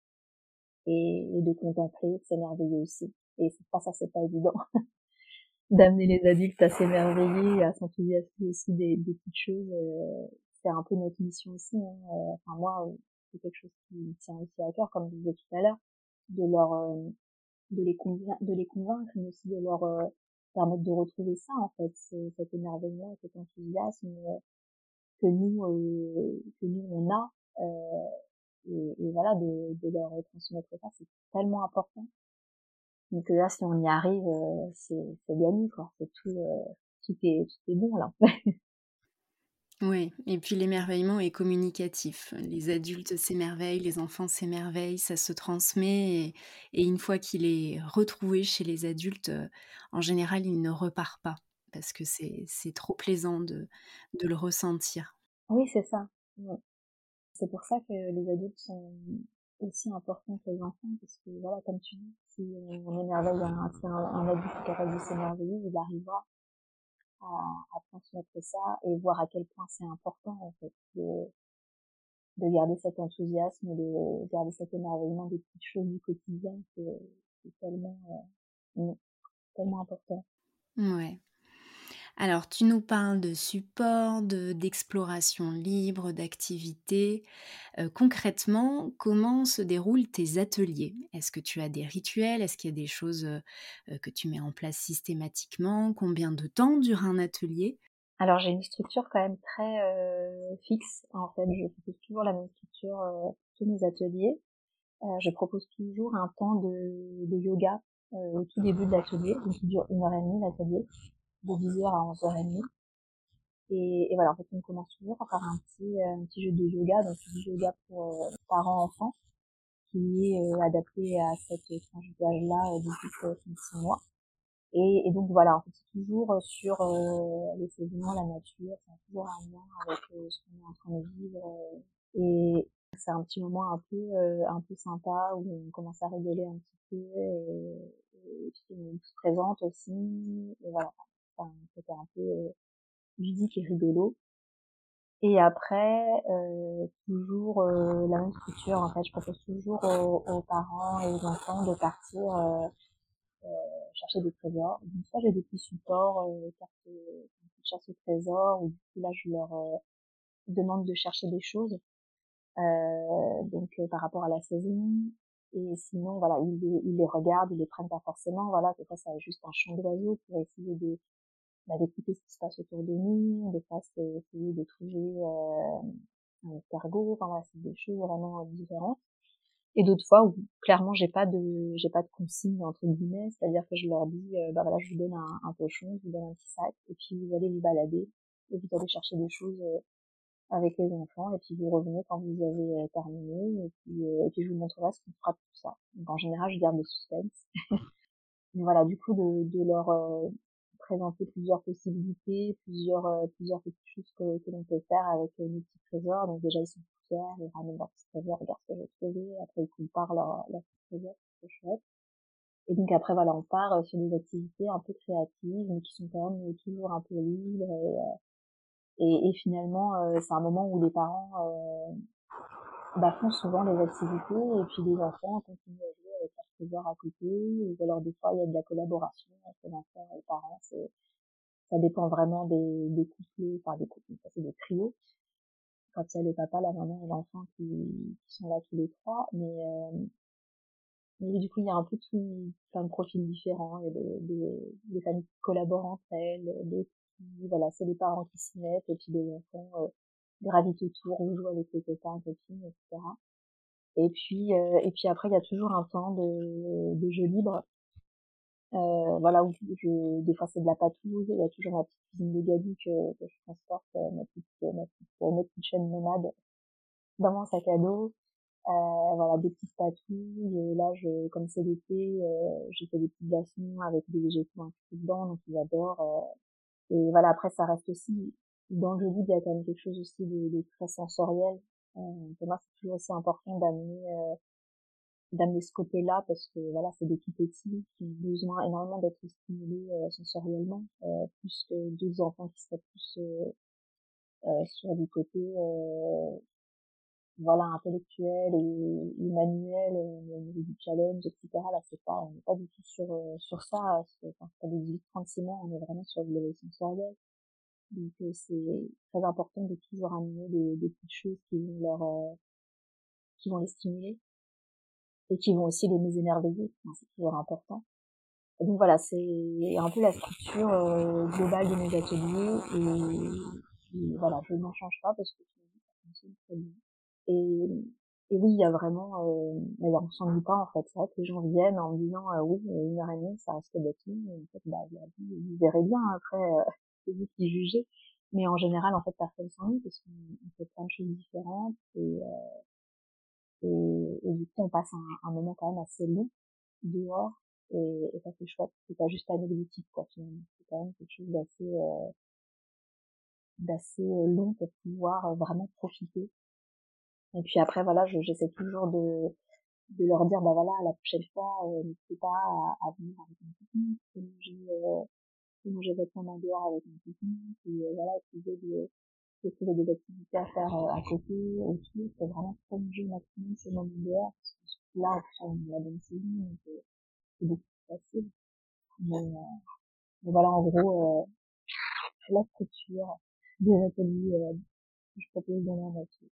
et, et de contempler, de s'émerveiller aussi. Et c'est pas ça, c'est pas évident d'amener les adultes à s'émerveiller, à s'enthousiasmer aussi des, des petites choses. Euh, c'est un peu notre mission aussi. Hein. Euh, enfin moi, euh, c'est quelque chose qui me tient aussi à cœur, comme je disais tout à l'heure, de leur euh, de les convaincre, de les convaincre, mais aussi de leur euh, permettre de retrouver ça, en fait, ce- cet émerveillement, cet enthousiasme euh, que nous, euh, que nous on a, euh, et, et voilà, de, de leur transmettre ça, c'est tellement important. Donc là, si on y arrive, euh, c'est, c'est gagné, quoi. C'est tout, euh, tout est, tout est bon là. Oui, et puis l'émerveillement est communicatif. Les adultes s'émerveillent, les enfants s'émerveillent, ça se transmet et et une fois qu'il est retrouvé chez les adultes, heu, en général, il ne repart pas parce que c'est c'est trop plaisant de de le ressentir. Oui, c'est ça. Ouais. C'est pour ça que les adultes sont aussi importants que les enfants, parce que voilà, comme tu dis, si on émerveille un, si un, un adulte est capable de s'émerveiller, il arrivera à, à transmettre ça et voir à quel point c'est important en fait de, de garder cet enthousiasme, de garder cet émerveillement des petites choses du quotidien, c'est c'est tellement, euh, tellement important. Ouais. Alors, tu nous parles de support, de d'exploration libre, d'activités. Heu, concrètement, comment se déroulent tes ateliers? Est-ce que tu as des rituels? Est-ce qu'il y a des choses, heu heu, que tu mets en place systématiquement? Combien de temps dure un atelier? Alors j'ai une structure quand même très euh, fixe en fait, je propose toujours la même structure euh, pour tous mes ateliers. Euh, je propose toujours un temps de, de yoga euh, au tout début de l'atelier, donc il dure une heure et demie l'atelier, de dix heures à onze heures trente. Et, et voilà, en fait, on commence toujours par un petit, euh, un petit jeu de yoga, donc du yoga pour euh, parents-enfants, qui est euh, adapté à cette tranche d'âge-là, euh, dix-huit à trente-six mois. Et, et donc voilà, en fait, c'est toujours euh, sur euh, les saisons, la nature, c'est toujours un lien avec euh, ce qu'on est en train de vivre. Euh, et c'est un petit moment un peu euh, un peu sympa où on commence à rigoler un petit peu et, et puis on se présente aussi. Et voilà, enfin, c'était un peu euh, ludique et rigolo. Et après, euh, toujours euh, la même structure, en fait, je propose toujours aux, aux parents et aux enfants de partir euh, chercher des trésors. Donc ça, j'ai des petits supports, euh, cartes euh, de chasse au trésor, où du coup là, je leur euh, demande de chercher des choses, euh, donc euh, par rapport à la saison. Et sinon, voilà, ils les, ils les regardent, ils les prennent pas forcément. Voilà, des fois, ça a juste un chant d'oiseau pour essayer de bah, d'écouter ce qui se passe autour de nous. Des fois, c'est essayer de trouver euh, un escargot. Enfin voilà, c'est des choses vraiment euh, différentes. Et d'autres fois où clairement j'ai pas de j'ai pas de consigne entre guillemets, c'est-à-dire que je leur dis euh, bah voilà, je vous donne un, un pochon, je vous donne un petit sac et puis vous allez vous balader et vous allez chercher des choses euh, avec les enfants et puis vous revenez quand vous avez euh, terminé et puis euh, et puis je vous montrerai ce qu'on fera de tout ça. Donc en général, je garde le suspense. Mais voilà, du coup de de leur euh, présenter plusieurs possibilités, plusieurs euh, plusieurs petites choses que que l'on peut faire avec euh, nos petits trésors. Donc déjà ils sont fiers, ils ramènent leurs petits trésors, regarde ce que j'ai trouvé, après ils comparent leurs leurs petits trésors, c'est trop chouette. Et donc après voilà, on part euh, sur des activités un peu créatives, mais qui sont quand même euh, toujours un peu libres et, euh, et, et finalement euh, c'est un moment où les parents euh, bah, font souvent les activités et puis les enfants continuent à jouer avec leurs trésors à côté, ou alors des fois il y a de la collaboration entre l'enfant et les parents, c'est ça dépend vraiment des, des couples, enfin des couples, ça c'est des trios, quand il y a le papa, la maman et l'enfant qui, qui sont là tous les trois, mais, euh, mais du coup il y a un peu tout, plein de profils différents, il y a des, des, des familles qui collaborent entre elles, d'autres qui, voilà, c'est les parents qui s'y mettent, et puis des enfants euh, gravitent autour, ou jouent avec les copains, copines, et cetera. Et puis, euh, et puis après, il y a toujours un temps de, de jeu libre. Euh, voilà, où je, des fois c'est de la patouille, il y a toujours ma petite cuisine de gadoux que, que je transporte, euh, ma petite, euh, ma petite, euh, ma petite chaîne nomade dans mon sac à dos. Euh, voilà, des petites patouilles. Et là, je, comme c'est l'été, euh, j'ai fait des petites glaçons avec des végétaux inclus dedans, donc ils adorent. Euh, et voilà, après, ça reste aussi, dans le jeu libre, il y a quand même quelque chose aussi de, de très sensoriel. Euh, pour moi, c'est toujours aussi important d'amener euh, d'amener ce côté-là parce que voilà, c'est des tout petits qui ont besoin énormément d'être stimulés euh, sensoriellement, euh, plus que d'autres enfants qui seraient plus euh, euh, sur du côté euh, voilà intellectuel et, et manuel euh, au niveau du challenge, et cetera. Là, c'est pas, on n'est pas du tout sur euh, sur ça. C'est, enfin, c'est pas des dix-huit trente-six mois, on est vraiment sur le sensoriel. Donc euh, c'est très important de toujours amener des, des petites choses qui vont leur euh, qui vont les stimuler et qui vont aussi les émerveiller. Enfin, c'est toujours important. Et donc voilà, c'est un peu la structure euh, globale de mes ateliers et, et voilà, je n'en change pas parce que finalement ça fonctionne très bien. Et, et oui, il y a vraiment, euh, mais on s'ennuie pas en fait. C'est vrai que les gens viennent en me disant euh, oui, une heure et demie, ça risque d'être long. Et en fait, bah, je leur dis, vous verrez bien après, euh, c'est vous qui jugez. Mais en général, en fait, personne s'ennuie parce qu'on on fait plein de choses différentes et, et, et du coup, on passe un, un moment quand même assez long dehors et, et ça c'est chouette. C'est pas juste anecdotique, quoi, finalement. C'est quand même quelque chose d'assez, euh, d'assez euh, long pour pouvoir euh, vraiment profiter. Et puis après, voilà, je, j'essaie toujours de, de leur dire, bah voilà, la prochaine fois, euh, n'hésitez pas à, à venir avec un pique-nique, de manger, euh, de manger votre maman dehors avec un pique-nique, et euh, voilà, essayer de, de trouver des activités à faire euh, à côté, aussi, c'est vraiment prolonger au maximum ce moment dehors, parce que surtout là, on est la bonne saison, donc euh, c'est beaucoup plus facile. Mais, euh, mais voilà, en gros, euh, la structure des ateliers euh, que je propose dans la nature.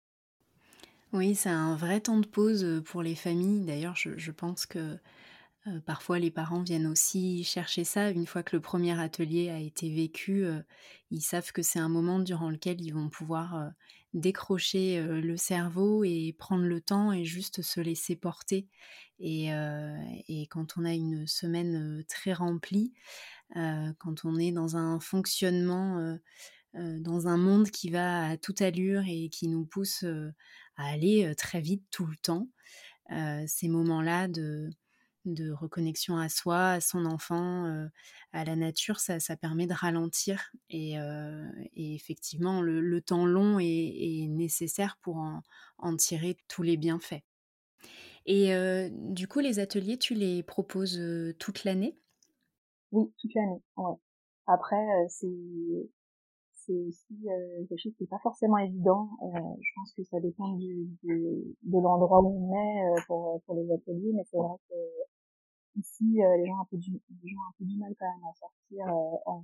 Oui, c'est un vrai temps de pause euh, pour les familles. D'ailleurs, je, je pense que euh, parfois les parents viennent aussi chercher ça. Une fois que le premier atelier a été vécu, euh, ils savent que c'est un moment durant lequel ils vont pouvoir euh, décrocher euh, le cerveau et prendre le temps et juste se laisser porter. Et, euh, et quand on a une semaine euh, très remplie, euh, quand on est dans un fonctionnement euh, euh, dans un monde qui va à toute allure et qui nous pousse euh, à aller euh, très vite tout le temps. Euh, ces moments-là de, de reconnexion à soi, à son enfant, euh, à la nature, ça, ça permet de ralentir. Et, euh, et effectivement, le, le temps long est, est nécessaire pour en, en tirer tous les bienfaits. Et euh, du coup, les ateliers, tu les proposes euh, toute l'année? Oui, toute l'année, ouais. Après, euh, c'est, c'est aussi euh, quelque chose qui est pas forcément évident. Euh, je pense que ça dépend du, du, de l'endroit où on est euh, pour, pour les ateliers, mais c'est vrai que ici, euh, les gens ont un peu du, les gens ont un peu du mal quand même à sortir euh, en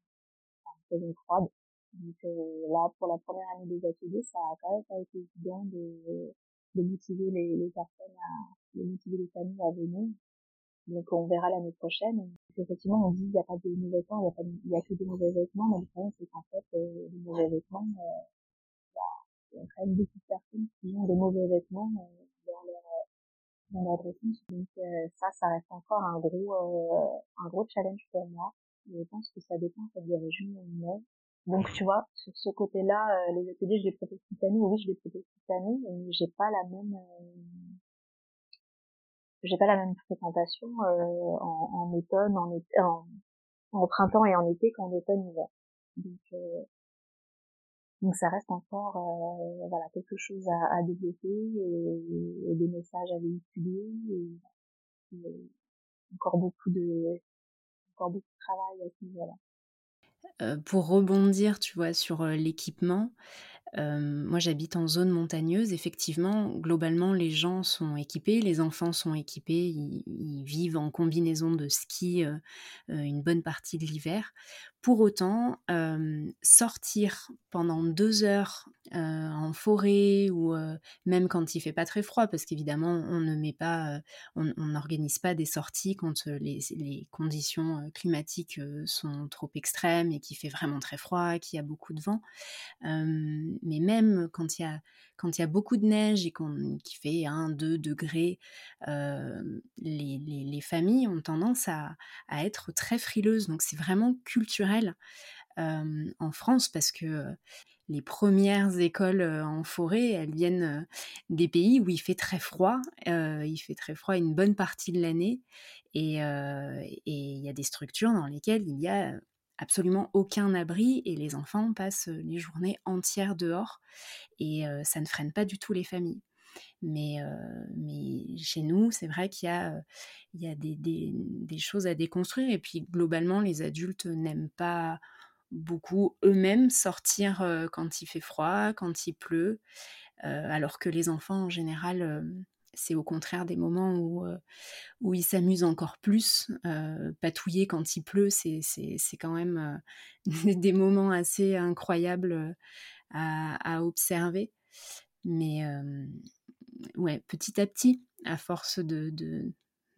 saison froide. Donc euh, là, pour la première année des ateliers, ça a quand même pas été évident de, de motiver les, les personnes à, de motiver les familles à venir. Donc on verra l'année prochaine. Donc, effectivement, on dit il n'y a pas de mauvais temps, il n'y a pas de, il y a que des mauvais vêtements, mais le problème c'est qu'en fait, euh, les mauvais vêtements, euh, il y a quand même beaucoup de personnes qui ont des mauvais vêtements euh, dans leur dans leur dressing. Donc euh, ça, ça reste encore un gros euh, un gros challenge pour moi. Je pense que ça dépend en fait, des régions où on est. Donc tu vois, sur ce côté-là, euh, les ateliers, je les propose toute l'année. Oui, je les propose toute l'année, mais j'ai pas la même euh, j'ai pas la même fréquentation euh, en, en automne, en, été, en, en printemps et en été qu'en automne hiver. Donc, euh, donc ça reste encore euh, voilà quelque chose à, à développer et, et des messages à véhiculer et, et encore beaucoup de encore beaucoup de travail à ce niveau-là. Euh, pour rebondir, tu vois, sur euh, l'équipement, Euh, moi, j'habite en zone montagneuse. Effectivement, globalement, les gens sont équipés, les enfants sont équipés, ils, ils vivent en combinaison de ski euh, euh, une bonne partie de l'hiver. Pour autant, euh, sortir pendant deux heures euh, en forêt ou euh, même quand il fait pas très froid, parce qu'évidemment, on ne met pas, euh, on on n'organise pas des sorties quand euh, les, les conditions euh, climatiques euh, sont trop extrêmes et qu'il fait vraiment très froid, qu'il y a beaucoup de vent. Euh, mais même quand il y a, quand il y a beaucoup de neige et qu'on, qu'il fait un deux degrés, euh, les, les, les familles ont tendance à, à être très frileuses. Donc c'est vraiment culturel euh, en France parce que les premières écoles euh, en forêt, elles viennent euh, des pays où il fait très froid. Euh, il fait très froid une bonne partie de l'année. Et euh, et il y a des structures dans lesquelles il y a absolument aucun abri et les enfants passent les journées entières dehors et euh, ça ne freine pas du tout les familles. Mais, euh, mais chez nous, c'est vrai qu'il y a, euh, il y a des, des, des choses à déconstruire et puis globalement, les adultes n'aiment pas beaucoup eux-mêmes sortir euh, quand il fait froid, quand il pleut, euh, alors que les enfants en général, euh, c'est au contraire des moments où, euh, où ils s'amusent encore plus. Euh, patouiller quand il pleut, c'est, c'est, c'est quand même euh, des moments assez incroyables euh, à, à observer. Mais euh, ouais, petit à petit, à force de, de,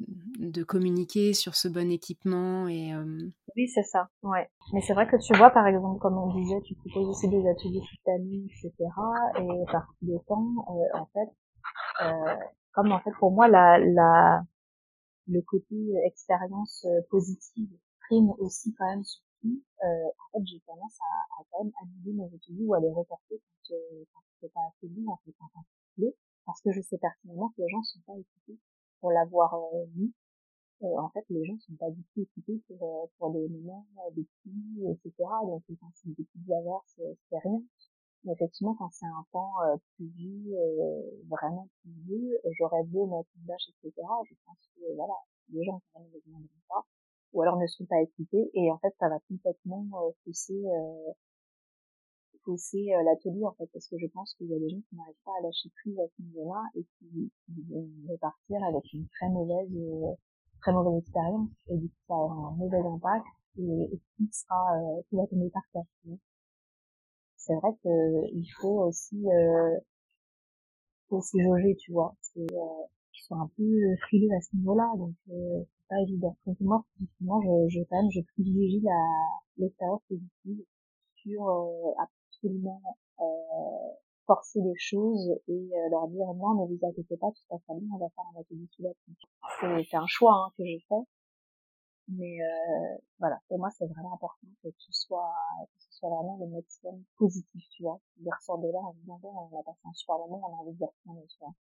de communiquer sur ce bon équipement et euh, Oui, c'est ça, ouais. Mais c'est vrai que tu vois, par exemple, comme on disait, tu proposes aussi des ateliers toute l'année, et cetera. Et par tous les temps, euh, en fait, euh, comme en fait pour moi la, la le côté expérience euh, positive prime aussi quand même sur coup, euh, en fait, j'ai tendance à, à quand même annuler mes ateliers ou à les reporter quand, euh, quand c'est pas assez bon, en fait, quand c'est plaît, parce que je sais pertinemment que les gens sont pas équipés pour l'avoir euh, vu. Euh, en fait, les gens sont pas du tout équipés pour, euh, pour des moments, euh, des pluies, et cetera. Donc, quand c'est des petites averses, euh, c'est rien. Mais effectivement, quand c'est un temps euh, pluvieux, euh, vraiment pluvieux, j'aurais beau mettre une bâche, et cetera. Je pense que voilà, les gens quand même ne viendront pas, ou alors ne sont pas équipés, et en fait, ça va complètement euh, fausser, euh, fausser euh, l'atelier en fait, parce que je pense qu'il y a des gens qui n'arrivent pas à lâcher prise à ce niveau-là et qui, qui vont repartir avec une très mauvaise, euh, très mauvaise expérience, et du coup, ça aura un mauvais impact, et, et qui sera, euh, qui va tomber par terre. C'est vrai que il faut aussi euh, faut aussi jauger, tu vois. C'est euh, qu'ils soient un peu frileux à ce niveau-là, donc euh, c'est pas évident. Donc moi, effectivement, je, je quand même je privilégie la l'expérience positive sur euh, absolument euh, forcer les choses et euh, leur dire non, mais vous inquiétez pas, tout se passera bien, on va faire un atelier sous la pluie. C'est c'est un choix hein, que je fais, mais euh, voilà, pour moi, c'est vraiment important que tout soit, que ce soit vraiment le maximum positif, tu vois. Il ressort de là en disant, bon, on a passé un super moment, on a envie de y retourner, tu vois.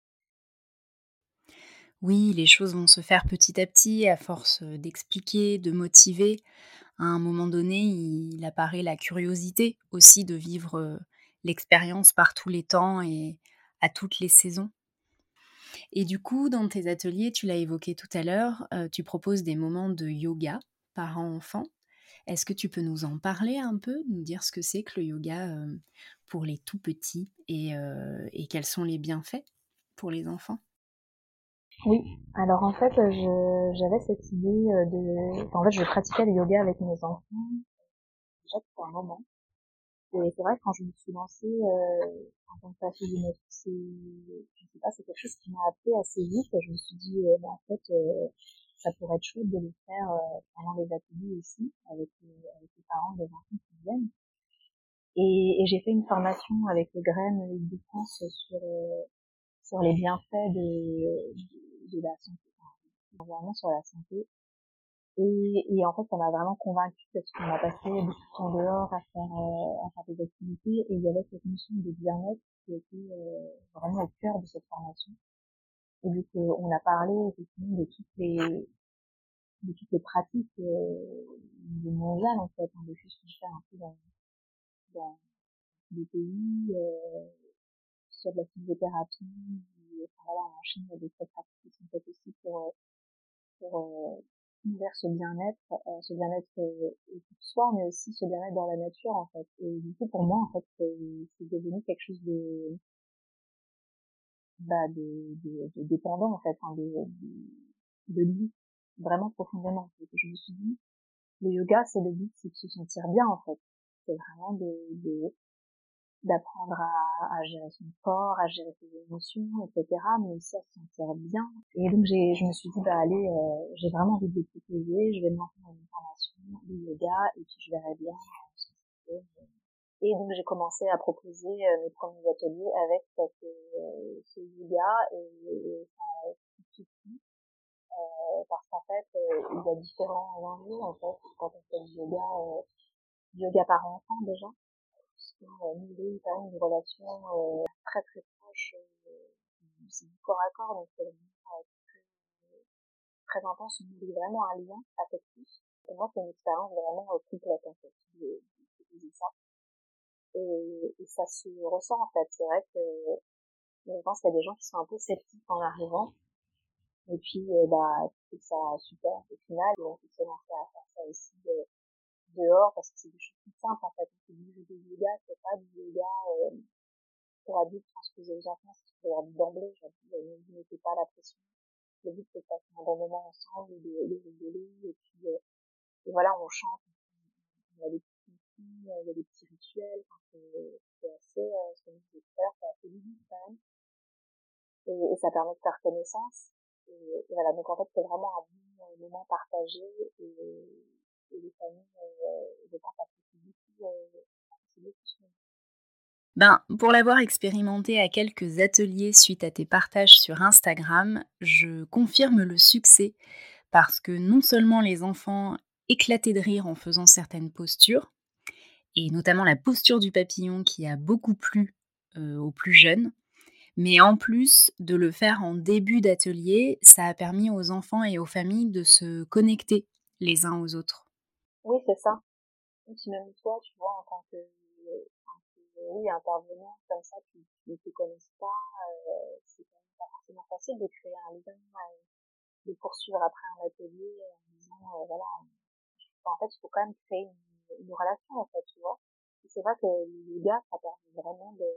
Oui, les choses vont se faire petit à petit à force euh, d'expliquer, de motiver. À un moment donné, il apparaît la curiosité aussi de vivre euh, l'expérience par tous les temps et à toutes les saisons. Et du coup, dans tes ateliers, tu l'as évoqué tout à l'heure, euh, tu proposes des moments de yoga parents-enfants. Est-ce que tu peux nous en parler un peu, nous dire ce que c'est que le yoga euh, pour les tout petits et, euh, et quels sont les bienfaits pour les enfants? Oui. Alors en fait, je, j'avais cette idée euh, de, enfin, en fait, je pratiquais le yoga avec mes enfants déjà depuis un moment. Et c'est vrai que quand je me suis lancée euh, en tant que papillomatrice, c'est, je sais pas, c'est quelque chose qui m'a appelé assez vite. Et je me suis dit, euh, bah, en fait, euh, ça pourrait être chouette de le faire euh, pendant les ateliers aussi, avec, euh, avec les parents des enfants qui viennent. Et, et j'ai fait une formation avec les graines de France sur, euh, sur les bienfaits de, de, de la santé, enfin, vraiment sur la santé. Et, et en fait, ça m'a vraiment convaincue parce qu'on a passé beaucoup de temps dehors à faire, euh, à faire des activités, et il y avait cette notion de bien-être qui était euh, vraiment au cœur de cette formation. Et donc, euh, on a parlé effectivement de toutes les, de toutes les pratiques euh, mondiales en fait, hein, des choses qu'on fait un peu dans, dans des pays, euh, soit de la physiothérapie, ou, enfin voilà, en Chine, il y a des très pratiques qui sont faites aussi pour, euh, pour euh, vers ce bien-être, euh, ce bien-être euh, pour soi, mais aussi ce bien-être dans la nature en fait. Et du coup, pour moi, en fait, c'est, c'est devenu quelque chose de, bah, de, de, de dépendant en fait, hein, de, de, de lui, vraiment profondément. Et que je me suis dit, le yoga, c'est le but, c'est de se sentir bien en fait. C'est vraiment de, de d'apprendre à, à gérer son corps, à gérer ses émotions, et cetera, mais aussi à se sentir bien. Et donc j'ai, je me suis dit, bah allez, euh, j'ai vraiment envie de le proposer, je vais me lancer dans une formation de yoga, et puis je verrai bien euh, ce que ça fait. Et donc j'ai commencé à proposer euh, mes premiers ateliers avec cette, euh, ce yoga, et, et ça a suffi, euh, parce qu'en fait, euh, il y a différents enjeux, en fait, quand on fait du yoga, euh, du yoga par enfant déjà, euh, nouer quand même une relation euh, très très proche, euh, c'est du corps à corps, donc c'est vraiment euh, très, très intense, on nourrit vraiment un lien affectif. Et moi, c'est une expérience vraiment euh, complète en fait, de, de, de ça. Et, et ça se ressent en fait, c'est vrai que je pense qu'il y a des gens qui sont un peu sceptiques en arrivant, et puis euh, bah c'est ça super au final, et on peut se lancer à faire ça aussi de, dehors, parce que c'est des choses plus simples en fait. C'est du yoga, c'est pas du yoga euh, pour adultes, je pense que aux enfants, c'est ce que je leur dis d'emblée, je leur dis, ne vous mettez pas la pression. Le but, c'est de passer un bon moment ensemble, de, de rigoler, et puis, euh, et voilà, on chante, on, on a des petits consignes, il y a des petits rituels, enfin, c'est, c'est assez, euh, ce que je veux faire, c'est assez ludique quand même, et, et ça permet de faire connaissance, et, et voilà, donc en fait, c'est vraiment un bon euh, moment partagé, et, et les familles, euh, je pense, apprécient beaucoup, euh, apprécient beaucoup ce moment. Ben, pour l'avoir expérimenté à quelques ateliers suite à tes partages sur Instagram, je confirme le succès parce que non seulement les enfants éclaté de rire en faisant certaines postures et notamment la posture du papillon qui a beaucoup plu, heu, aux plus jeunes. Mais en plus de le faire en début d'atelier, ça a permis aux enfants et aux familles de se connecter les uns aux autres. Oui, c'est ça. Et puis même toi, tu vois, en tant que, en tant que, oui, intervenant comme ça, qui ne te connaissent pas, euh, c'est quand même pas forcément facile de créer un lien, euh, de poursuivre après un atelier en disant, euh, voilà, enfin, en fait, il faut quand même créer une, une relation, en fait, tu vois. Et c'est vrai que le gars, ça permet vraiment de,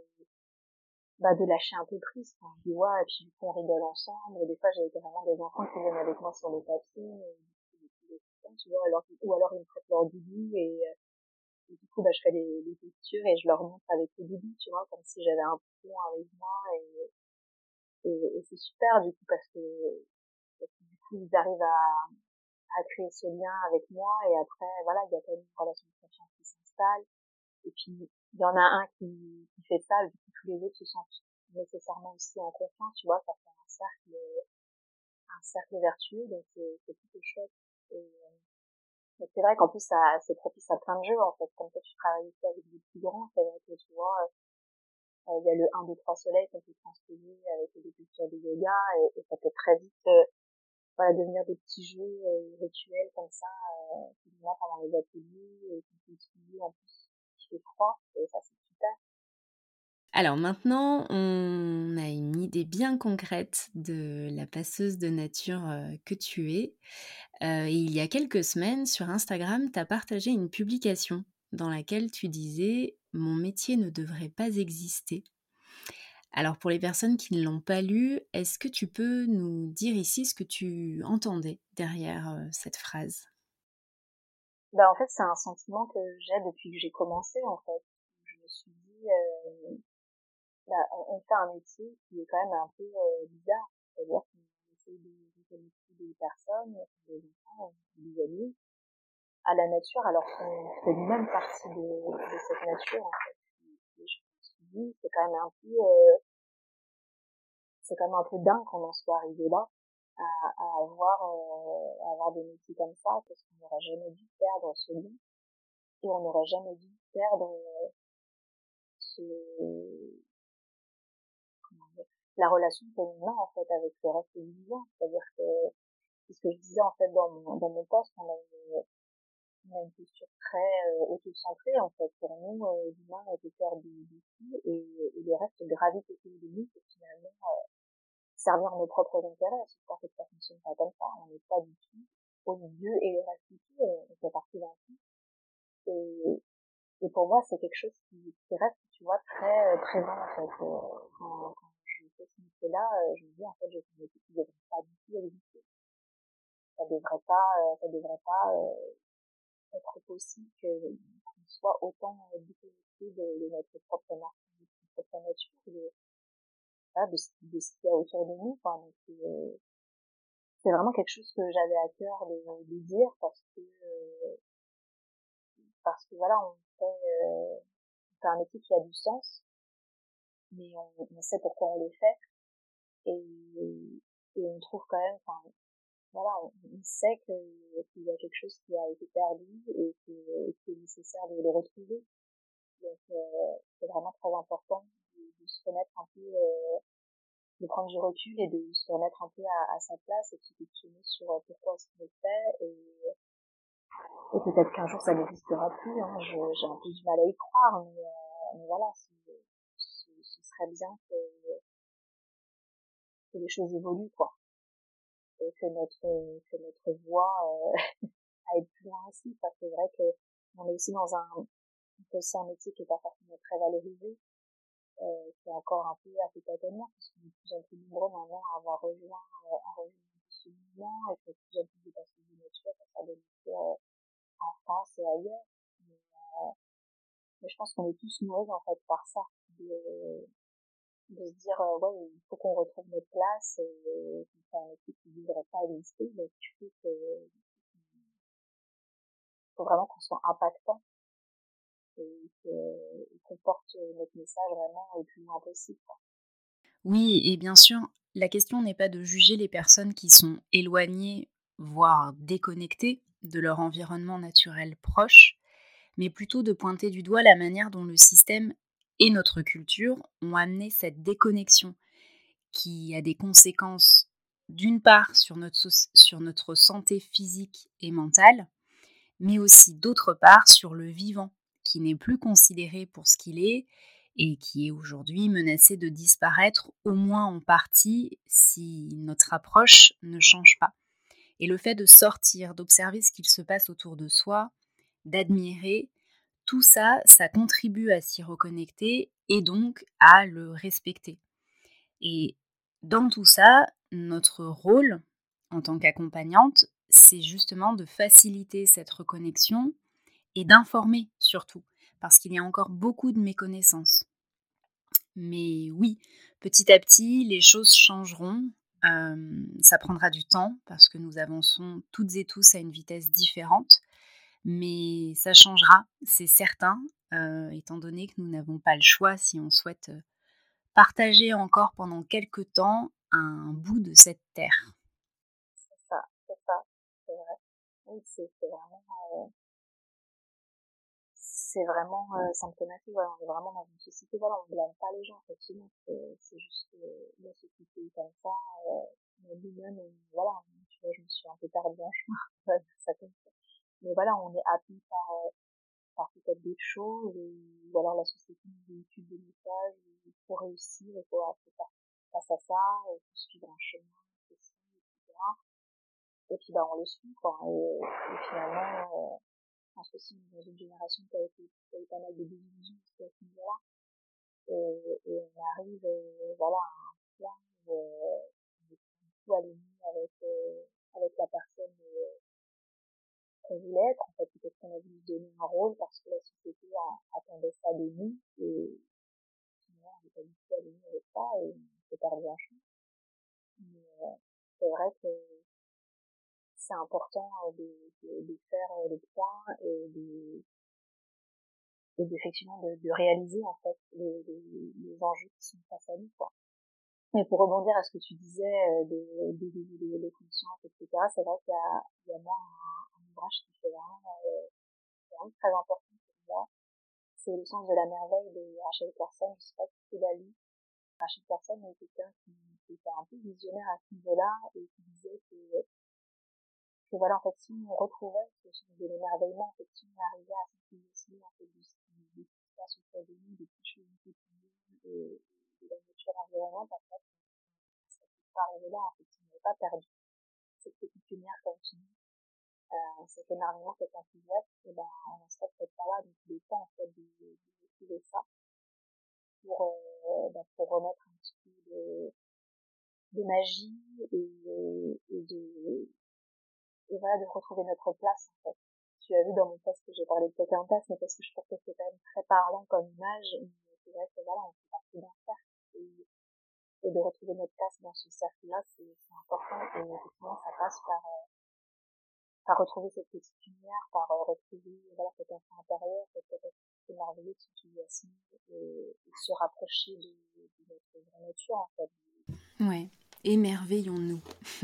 bah, de lâcher un peu prise, enfin, je vois, et puis du coup, on rigole ensemble. Et des fois, j'ai vraiment des enfants qui viennent avec moi sur le papier, et, tu vois, alors, ou alors ils me prêtent leur doudou et, et du coup, bah, je fais des, des postures et je leur montre avec le doudou, tu vois, comme si j'avais un poupon avec moi et, et, et c'est super du coup parce que, parce que du coup, ils arrivent à, à créer ce lien avec moi et après, voilà, il y a quand même une relation de confiance qui s'installe. Et puis, il y en a un qui, qui fait ça, et du coup, tous les autres se sentent nécessairement aussi en confiance, tu vois, ça fait un cercle, un cercle vertueux, donc c'est, c'est plutôt chouette. Et, mais c'est vrai qu'en plus, ça, c'est propice à plein de jeux, en fait. Comme toi, tu travailles aussi avec des plus grands, c'est vrai que tu vois, euh, il y a le un, deux, trois soleils qu'on peut transposer avec des postures de yoga, et, et ça peut très vite, euh, voilà, devenir des petits jeux euh, rituels comme ça, euh, qui vont là pendant les ateliers, et qu'on peut utiliser en plus, qui fait froid, et ça, c'est super. Alors maintenant, on a une idée bien concrète de la passeuse de nature, heu, que tu es. Heu, et il y a quelques semaines, sur Instagram, tu as partagé une publication dans laquelle tu disais: «Mon métier ne devrait pas exister». Alors pour les personnes qui ne l'ont pas lu, est-ce que tu peux nous dire ici ce que tu entendais derrière, heu, cette phrase? Bah, en fait, c'est un sentiment que j'ai depuis que j'ai commencé, en fait. Je me suis dit, euh, bah, on, on fait un métier qui est quand même un peu euh, bizarre. C'est-à-dire qu'on essaie de reconnecter des personnes, des enfants, des amis, à la nature, alors qu'on fait nous-mêmes partie de, de cette nature, en fait. Et je me suis dit, c'est quand même un peu, euh, c'est quand même un peu dingue qu'on en soit arrivé là, à, à avoir, euh, à avoir des métiers comme ça, parce qu'on n'aurait jamais dû perdre ce lien, et on n'aurait jamais dû perdre euh, ce, comment dire, la relation qu'on a, en fait, avec le reste du vivant. C'est-à-dire que, c'est ce que je disais, en fait, dans mon, dans mon poste, on a une, on a une posture très euh, auto-centrée, en fait. Pour nous, euh, l'humain est au cœur du, du tout, et, et le reste gravite autour de nous pour finalement euh, servir nos propres intérêts. Sauf qu'en fait, ça fonctionne pas comme ça. On n'est pas du tout au milieu et le reste du tout, on, on fait partie d'un tout. Et, et pour moi, c'est quelque chose qui, qui reste, tu vois, très euh, présent, en fait. Euh, quand, quand je fais ce métier-là, euh, je me dis, en fait, j'ai fait un métier qui ne devrait pas du tout exister. Ça devrait pas, euh, ça devrait pas euh, être possible que qu'on soit autant euh, déconnecté de, de notre propre marque, de notre propre nature, de, voilà, de, ce, de ce qu'il y a autour de nous. Enfin, donc, euh, c'est vraiment quelque chose que j'avais à cœur de, de dire parce que euh, parce que voilà, on fait, euh, on fait un métier qui a du sens, mais on, on sait pourquoi on le fait et, et on trouve quand même, enfin voilà, on, on sait que, qu'il y a quelque chose qui a été perdu et que, et qu'il est nécessaire de le retrouver. Donc euh, c'est vraiment très important de, de se remettre un peu, euh, de prendre du recul et de se remettre un peu à, à sa place et de se questionner sur euh, pourquoi est-ce qu'on le fait et, et peut-être qu'un jour ça n'existera plus. Hein. Je, j'ai un peu du mal à y croire, mais, euh, mais voilà, ce, ce, ce serait bien que, que les choses évoluent, quoi, et que notre que notre voix euh, aille plus loin aussi. Parce que c'est vrai que on est aussi dans un, aussi un métier qui est pas forcément très valorisé, euh, qui est encore un peu à ses tâtonnements, parce qu'on est de plus en plus nombreux maintenant à avoir rejoint, euh, à rejoindre ce mouvement, et que de plus en plus de personnes de nature, ça donne euh, en France et ailleurs. Mais, euh, mais je pense qu'on est tous nourris en fait par ça, de, de se dire euh, ouais, il faut qu'on retrouve notre place et qu'on fait un métier qui ne devrait pas exister, donc il faut que, faut vraiment qu'on soit impactant et que, qu'on porte notre message vraiment le plus loin possible, quoi. Oui et bien sûr, la question n'est pas de juger les personnes qui sont éloignées voire déconnectés de leur environnement naturel proche, mais plutôt de pointer du doigt la manière dont le système et notre culture ont amené cette déconnexion qui a des conséquences d'une part sur notre, so- sur notre santé physique et mentale, mais aussi d'autre part sur le vivant, qui n'est plus considéré pour ce qu'il est et qui est aujourd'hui menacé de disparaître, au moins en partie, si notre approche ne change pas. Et le fait de sortir, d'observer ce qu'il se passe autour de soi, d'admirer, tout ça, ça contribue à s'y reconnecter et donc à le respecter. Et dans tout ça, notre rôle en tant qu'accompagnante, c'est justement de faciliter cette reconnexion et d'informer surtout, parce qu'il y a encore beaucoup de méconnaissances. Mais oui, petit à petit, les choses changeront. Euh, ça prendra du temps parce que nous avançons toutes et tous à une vitesse différente, mais ça changera, c'est certain, euh, étant donné que nous n'avons pas le choix si on souhaite euh, partager encore pendant quelque temps un bout de cette terre. C'est ça, c'est ça, c'est vrai. Oui, c'est c'est vraiment, euh, c'est vraiment euh, symptomatique. Voilà, on est vraiment dans une société. Voilà, on blâme pas les gens, effectivement. C'est c'est juste que la société est comme ça. Euh, mais nous-mêmes, on- voilà, tu vois, je me suis un peu perdue en chemin. On va dire ça comme ça. Mais voilà, on est happé par, euh, par peut-être d'autres choses. Et, ou alors la société nous véhicule des messages. Il faut réussir, il faut faire face à ça, il faut suivre un chemin, ceci, et cetera. Et puis bah on le suit, quoi. Et, et finalement, euh, je pense que c'est dans une génération qui a été qui a eu pas mal de désillusions aussi à ce niveau-là. Et, et on arrive euh, voilà à un plan où euh, on est tout aligné avec euh, avec la personne euh, qu'on voulait être. En fait, peut-être qu'on a voulu donner un rôle parce que la société a, attendait ça de nous et finalement on n'est pas du tout aligné avec ça et on s'est perdu en chemin. Mais euh, c'est vrai que c'est important euh, de, de, de faire euh, le point et de et d'effectivement de, de réaliser en fait les, les, les enjeux qui sont face à nous, quoi. Mais pour rebondir à ce que tu disais euh, de, de, de, de, de conscience, et cetera, c'est vrai qu'il y a, il y a moi un, un ouvrage qui fait vraiment, euh, vraiment très important pour moi. C'est Le sens de la merveille de Rachel Carson. Je sais pas si tu l'as lu. Rachel Carson est quelqu'un qui, qui était un peu visionnaire à ce niveau-là et qui disait que que voilà, en fait, si on retrouvait ce sens de l'émerveillement, en fait, si on arrivait à s'intéresser, en fait, de ce qui de ce qui se passe autour de nous, des petites choses du quotidien et de la nature environnante, en fait, ça peut pas arriver là, en fait, si on n'avait pas perdu cette petite lumière continue, euh, cet émerveillement, cet enthousiasme, et ben, on en serait peut-être pas là, donc il est temps, en fait, de, de retrouver ça pour, euh, ben, pour remettre un petit peu de, de magie et, et de, et voilà, de retrouver notre place, en fait. Tu as vu dans mon post que j'ai parlé de Pocahontas, mais parce que je trouve que c'est quand même très parlant comme image, mais c'est vrai que voilà, on fait partie d'un cercle, et, et de retrouver notre place dans ce cercle-là, c'est important, et effectivement, ça passe par, euh, par retrouver cette petite lumière, par euh, retrouver, voilà, cet enfant intérieur, cette capacité merveilleuse de s'enthousiasmer, et, et se rapprocher de, de notre vraie nature, en fait. Ouais, émerveillons-nous.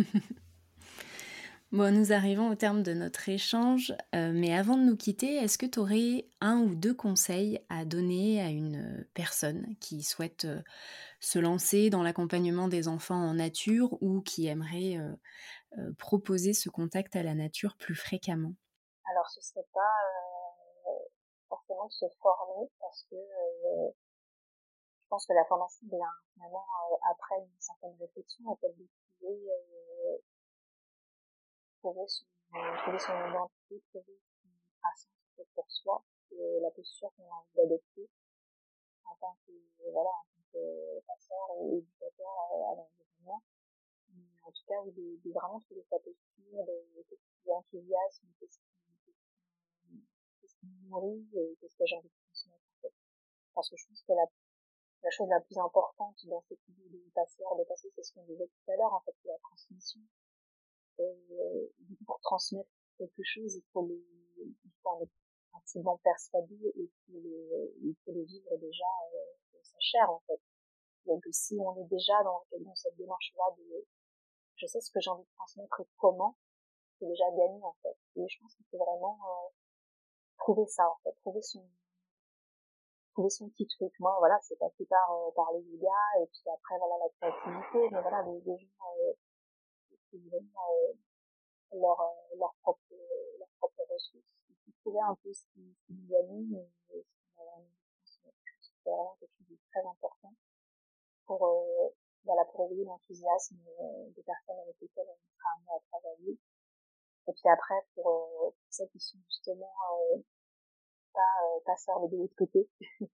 Bon, nous arrivons au terme de notre échange, euh, mais avant de nous quitter, est-ce que tu aurais un ou deux conseils à donner à une personne qui souhaite euh, se lancer dans l'accompagnement des enfants en nature ou qui aimerait euh, euh, proposer ce contact à la nature plus fréquemment? Alors, ce serait pas euh, forcément de se former, parce que euh, je pense que la formation vient finalement euh, après une certaine réflexion, en fait, de trouver, euh, trouver, son, trouver son identité, trouver son trace en fait, pour soi, et la posture qu'on a envie d'adopter en tant que, voilà, en tant que passeur ou éducateur euh, à l'environnement. Mais en tout cas, oui, de, de vraiment trouver sa posture, de qu'est-ce qui enthousiasme, qu'est-ce qui, qu'est-ce qui me nourrit et qu'est-ce que j'ai envie de transmettre, en fait. Parce que je pense que la la chose la plus importante dans cette idée de passeur, de passer, c'est ce qu'on disait tout à l'heure, en fait, c'est la transmission. Et, euh, du coup, pour transmettre quelque chose, il faut le, il faut en être intimement persuadé et il faut le, il faut le vivre déjà euh, de sa chair, en fait. Donc, si on est déjà dans, dans cette démarche-là de, je sais ce que j'ai envie de transmettre et comment, c'est déjà gagné en fait. Et je pense qu'il faut vraiment euh, trouver ça en fait, trouver son trouver son petit truc. Moi voilà, c'est passé par euh, par le yoga et puis après voilà la créativité, mais voilà les, les gens euh, qui viennent euh, leur euh, leur propre euh, leur propre ressources. Il faut trouver un peu ce qui, ce qui nous anime et ce qui nous anime. C'est vraiment quelque chose de très important pour euh, voilà pour éveiller l'enthousiasme euh, des personnes avec lesquelles on sera amené à travailler. Et puis après pour, euh, pour celles qui sont justement euh, pas euh, pas sœurs de l'autre côté,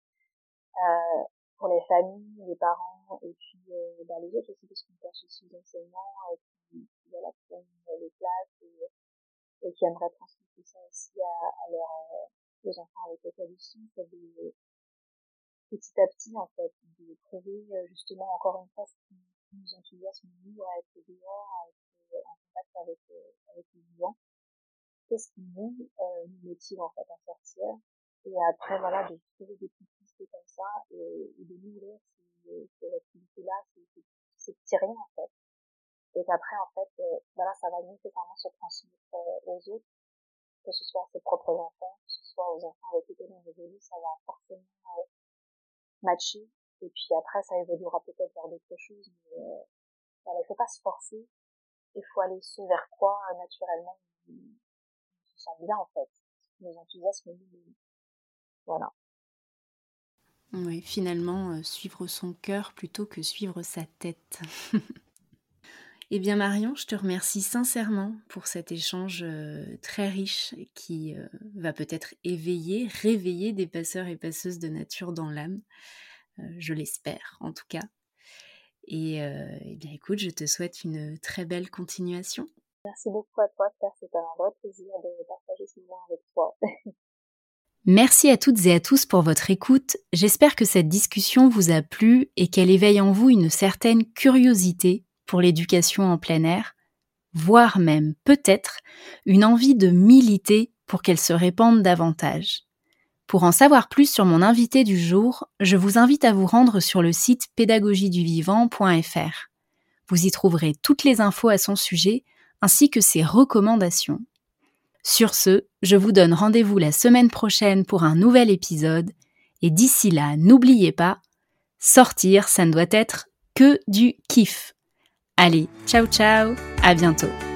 euh, pour les familles, les parents et puis euh, bah, les autres aussi parce qu'on pense aussi aux enseignants euh, qui, qui voilà, qui ont les classes et, et qui aimeraient transmettre ça aussi à, à leurs euh, aux enfants avec lesquels ils sont, c'est de petit à petit en fait de trouver euh, justement encore une fois ce qui nous enthousiasme nous à être dehors, à être euh, en contact avec euh, avec les vivants, qu'est-ce qui nous euh, nous motive en fait à sortir et après voilà de trouver des petites pistes comme ça et, et de nourrir ces, ces activités là ces, ces, ces petits riens en fait et qu'après en fait euh, voilà ça va nécessairement se transmettre euh, aux autres, que ce soit à ses propres enfants, que ce soit aux enfants avec lesquels on évolue, ça va forcément euh, matcher et puis après ça évoluera peut-être vers d'autres choses, mais euh, voilà, il faut pas se forcer, il faut aller ce vers quoi euh, naturellement on, on se sent bien en fait, nos enthousiasmes nous, voilà. Oui, finalement, euh, suivre son cœur plutôt que suivre sa tête. Eh bien Marion, je te remercie sincèrement pour cet échange euh, très riche qui euh, va peut-être éveiller, réveiller des passeurs et passeuses de nature dans l'âme. Euh, je l'espère en tout cas. Et euh, eh bien écoute, je te souhaite une très belle continuation. Merci beaucoup à toi, Claire, c'était un vrai plaisir de partager ce moment avec toi. Merci à toutes et à tous pour votre écoute. J'espère que cette discussion vous a plu et qu'elle éveille en vous une certaine curiosité pour l'éducation en plein air, voire même, peut-être, une envie de militer pour qu'elle se répande davantage. Pour en savoir plus sur mon invité du jour, je vous invite à vous rendre sur le site pédagogie du vivant point f r. Vous y trouverez toutes les infos à son sujet, ainsi que ses recommandations. Sur ce, je vous donne rendez-vous la semaine prochaine pour un nouvel épisode, et d'ici là, n'oubliez pas, sortir, ça ne doit être que du kiff. Allez, ciao ciao, à bientôt.